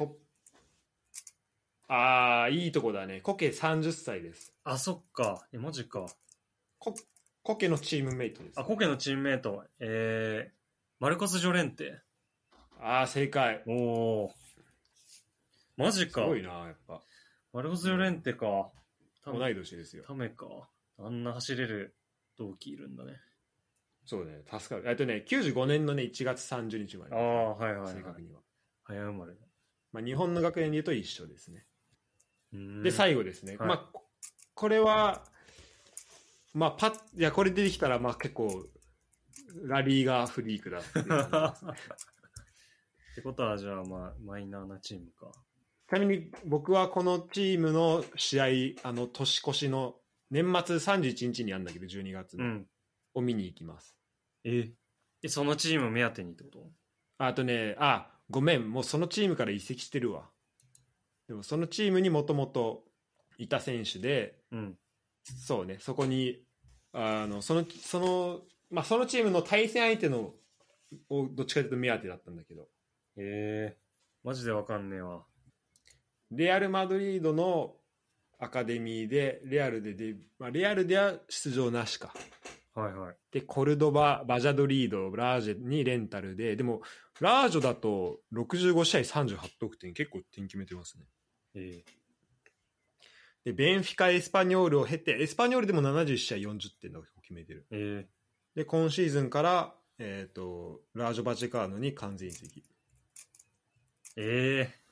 ああ、いいとこだね。コケさんじゅっさいです。 あ、そっか。え、マジか。 コ, コケのチームメイトです、ね。 あ、コケのチームメイト。えー、マルコス・ジョレンテ。 ああ、正解。 おお。マジか。 すごいな、やっぱ。 マルコス・ジョレンテか。 うん、同い年ですよ。 ためか。あんな走れる同期いるんだね。 そうね、助かる。えっとね、きゅうじゅうごねんのね、いちがつさんじゅうにち生まれ。 ああ、はいはい、はい。 正確には。 早生まれだ。 まあ、日本の学年で言うと一緒ですね。で、最後ですね。はい、まあ、これは、まあ、パッ、いや、これ出てきたら、まあ結構、ラリーガーフリークだっていう感じですね。 ってことは、じゃあ、まあ、マイナーなチームか。 ちなみに僕はこのチームの試合、あの年越しの年末さんじゅういちにちにあるんだけどじゅうにがつの、うん、を見に行きます。 ええ、そのチーム目当てにってこと？ あとね、あ、ごめん、もうそのチームから移籍してるわ。でもそのチームにもともといた選手で、うん、そうね、そこにあのそのそのまあそのチームの対戦相手のをどっちかというと目当てだったんだけど。 ええ、マジでわかんねえわ。 レアル・マドリードのアカデミーでレアルでで、まあ、レアルでは出場なしか。 はいはい。 でコルドバ、バジャドリード、ラージェにレンタルで、でもラージョだとろくじゅうごしあいさんじゅうはちとくてん、結構点決めてますね。えー、でベンフィカ、エスパニョールを経て、エスパニョールでもななじゅういちしあいよんじゅってんのを決めてる。えー、で今シーズンから、えー、とラージョ・バチェカーノに完全移籍。 ええー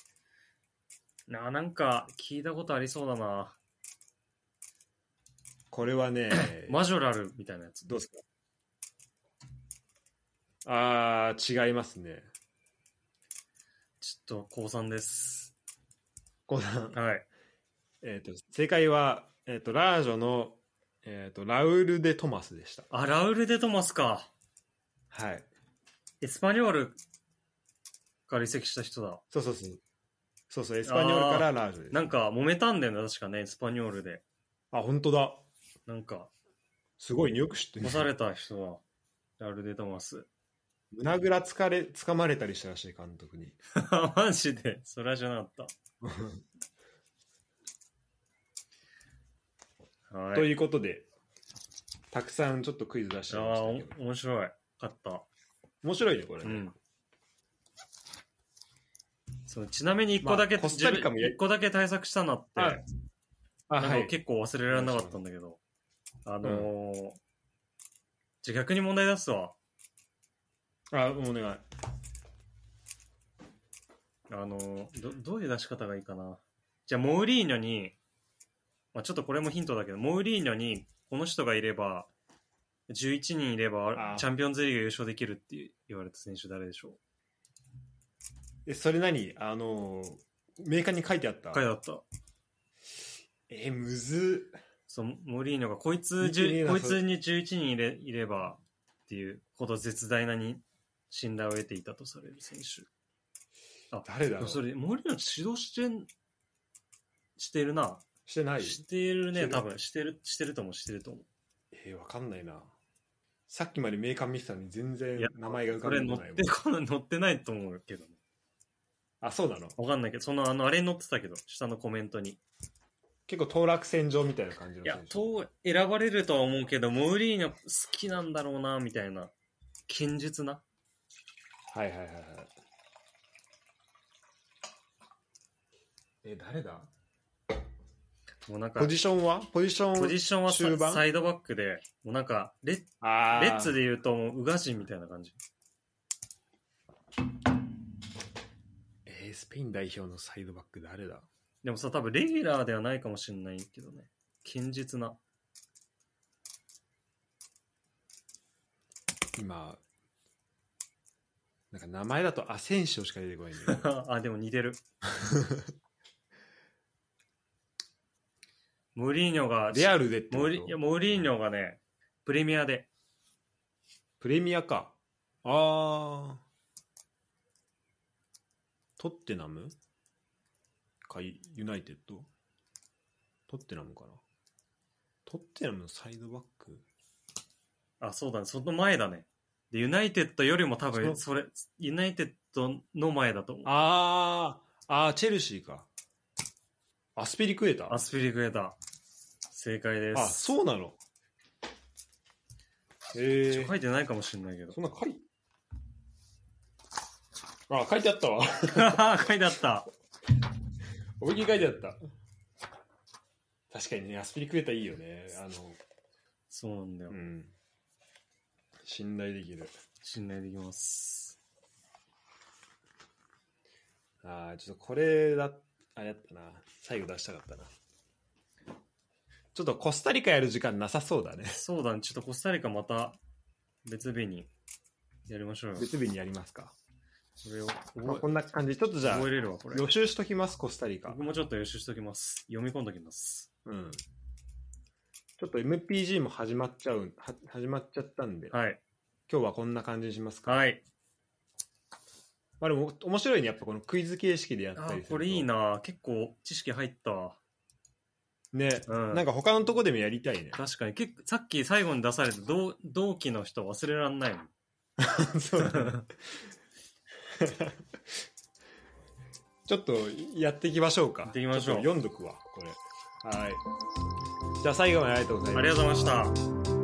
な、なんか聞いたことありそうだな。 これはねマジョラルみたいなやつ。 どうですか？あー違いますね。 ちょっと高さんです。 高さん。 はい。 えっ、ー、と正解は、えー、とラージョの、えー、とラウル・デ・トマスでした。 あ、ラウル・デ・トマスか。 はい。 エスパニョールから移籍した人だ。 そうそうそう。そうそう、エスパニョールからラージョです。 なんか揉めたんだよね、確かね、エスパニョールで。 あ、本当だ。 なんか、 すごいね、よく知ってる。 干された人は、ラウル・デ・トマス。 胸ぐらつかれ、掴まれたりしたらしい、監督に。 マジでそれは知らなかった。はい、 ということで、たくさんちょっとクイズ出してみましたけど。 ああ、面白い。勝った。 面白いね、これね。 うん、そうちなみにいっこだけ、 まあ、コスタリカもいっこだけ対策したなって、 ああ、はい、 結構忘れられなかったんだけど、あのーうん、じゃあ逆に問題出すわ。 あ、お願い。 あのどどういう出し方がいいかな。じゃあモウリーニョに、まあ、ちょっとこれもヒントだけど、モウリーニョにこの人がいればじゅういちにんいればチャンピオンズリーグ優勝できるって言われた選手誰でしょう？ え、それ何？あのメーカーに書いてあった？ 書いてあった。 え、むずっ。 そう、モウリーニョがこいつこいつにじゅういちにんいれ、いればっていうほど絶大なに信頼を得ていたとされる選手。あ、 誰だろう。 それモウリーニョ指導してんしてるな。 してない？ してるね、多分してるしてるともしてると思う。 えー、わかんないな。さっきまでメーカー見てたのに全然名前が浮かんでこない。 これ載って載ってないと思うけどね。 あ、そうなの？ わかんないけど、そのあのあれに載ってたけど、下のコメントに。 結構当落線上みたいな感じの選手。 いや、と選ばれるとは思うけど、モウリーニョ好きなんだろうなみたいな堅実な。 はいはいはいはい。え、誰だ？ もうなんかポジションはポジションポジションは中盤サイドバックで、もうなんかレッ、 あレッツで言うともうウガジンみたいな感じ。 えー、スペイン代表のサイドバック誰だ？ でもさ、多分レギュラーではないかもしれないけどね。堅実な。 今なんか名前だとアセンシオしか出てこないんだけど。 あ、でも似てる。モウリーニョがレアルでってこと？ モウリいやモウリーニョがね、プレミアで。 プレミアか。あー。トッテナムかユナイテッド？トッテナムかな。トッテナムのサイドバック？ あ、そうだね。その前だね。でユナイテッドよりも多分それユナイテッドの前だと思う。 あーあーチェルシーか。アスピリクエタ。 アスピリクエタ。正解です。 あ、そうなの。へえ。 書いてないかもしれないけど。 そんな書いあ、書いてあったわ。 書いてあった。 思いっきり書いてあった。確かにね、アスピリクエタいいよね。あの、 そうなんだよ。 うん。信頼できる。 信頼できます。 ああ、ちょっとこれだ、あれやったな。最後出したかったな。ちょっとコスタリカやる時間なさそうだね。 そうだね。ちょっとコスタリカまた別日にやりましょうよ。 別日にやりますか。 それをまあ、こんな感じ。ちょっとじゃあ覚えれるわこれ。 予習しときます、コスタリカ。 僕もちょっと予習しときます。読み込んどきます。 うん。ちょっと エムピージー も始まっちゃう、は始まっちゃったんで、 はい。 今日はこんな感じにしますか。 はい。 まあでも面白いね、やっぱこのクイズ形式でやったりすると。 あ、これいいな。結構知識入ったわ。 ね、 うん、 なんか他のとこでもやりたいね。 確かに結構さっき最後に出された 同, 同期の人忘れらんないもん。 そうだね。ちょっとやっていきましょうか。 やっていきましょう。 読んどくわこれ。はい。じゃあ最後までありがとうございました。 ありがとうございました。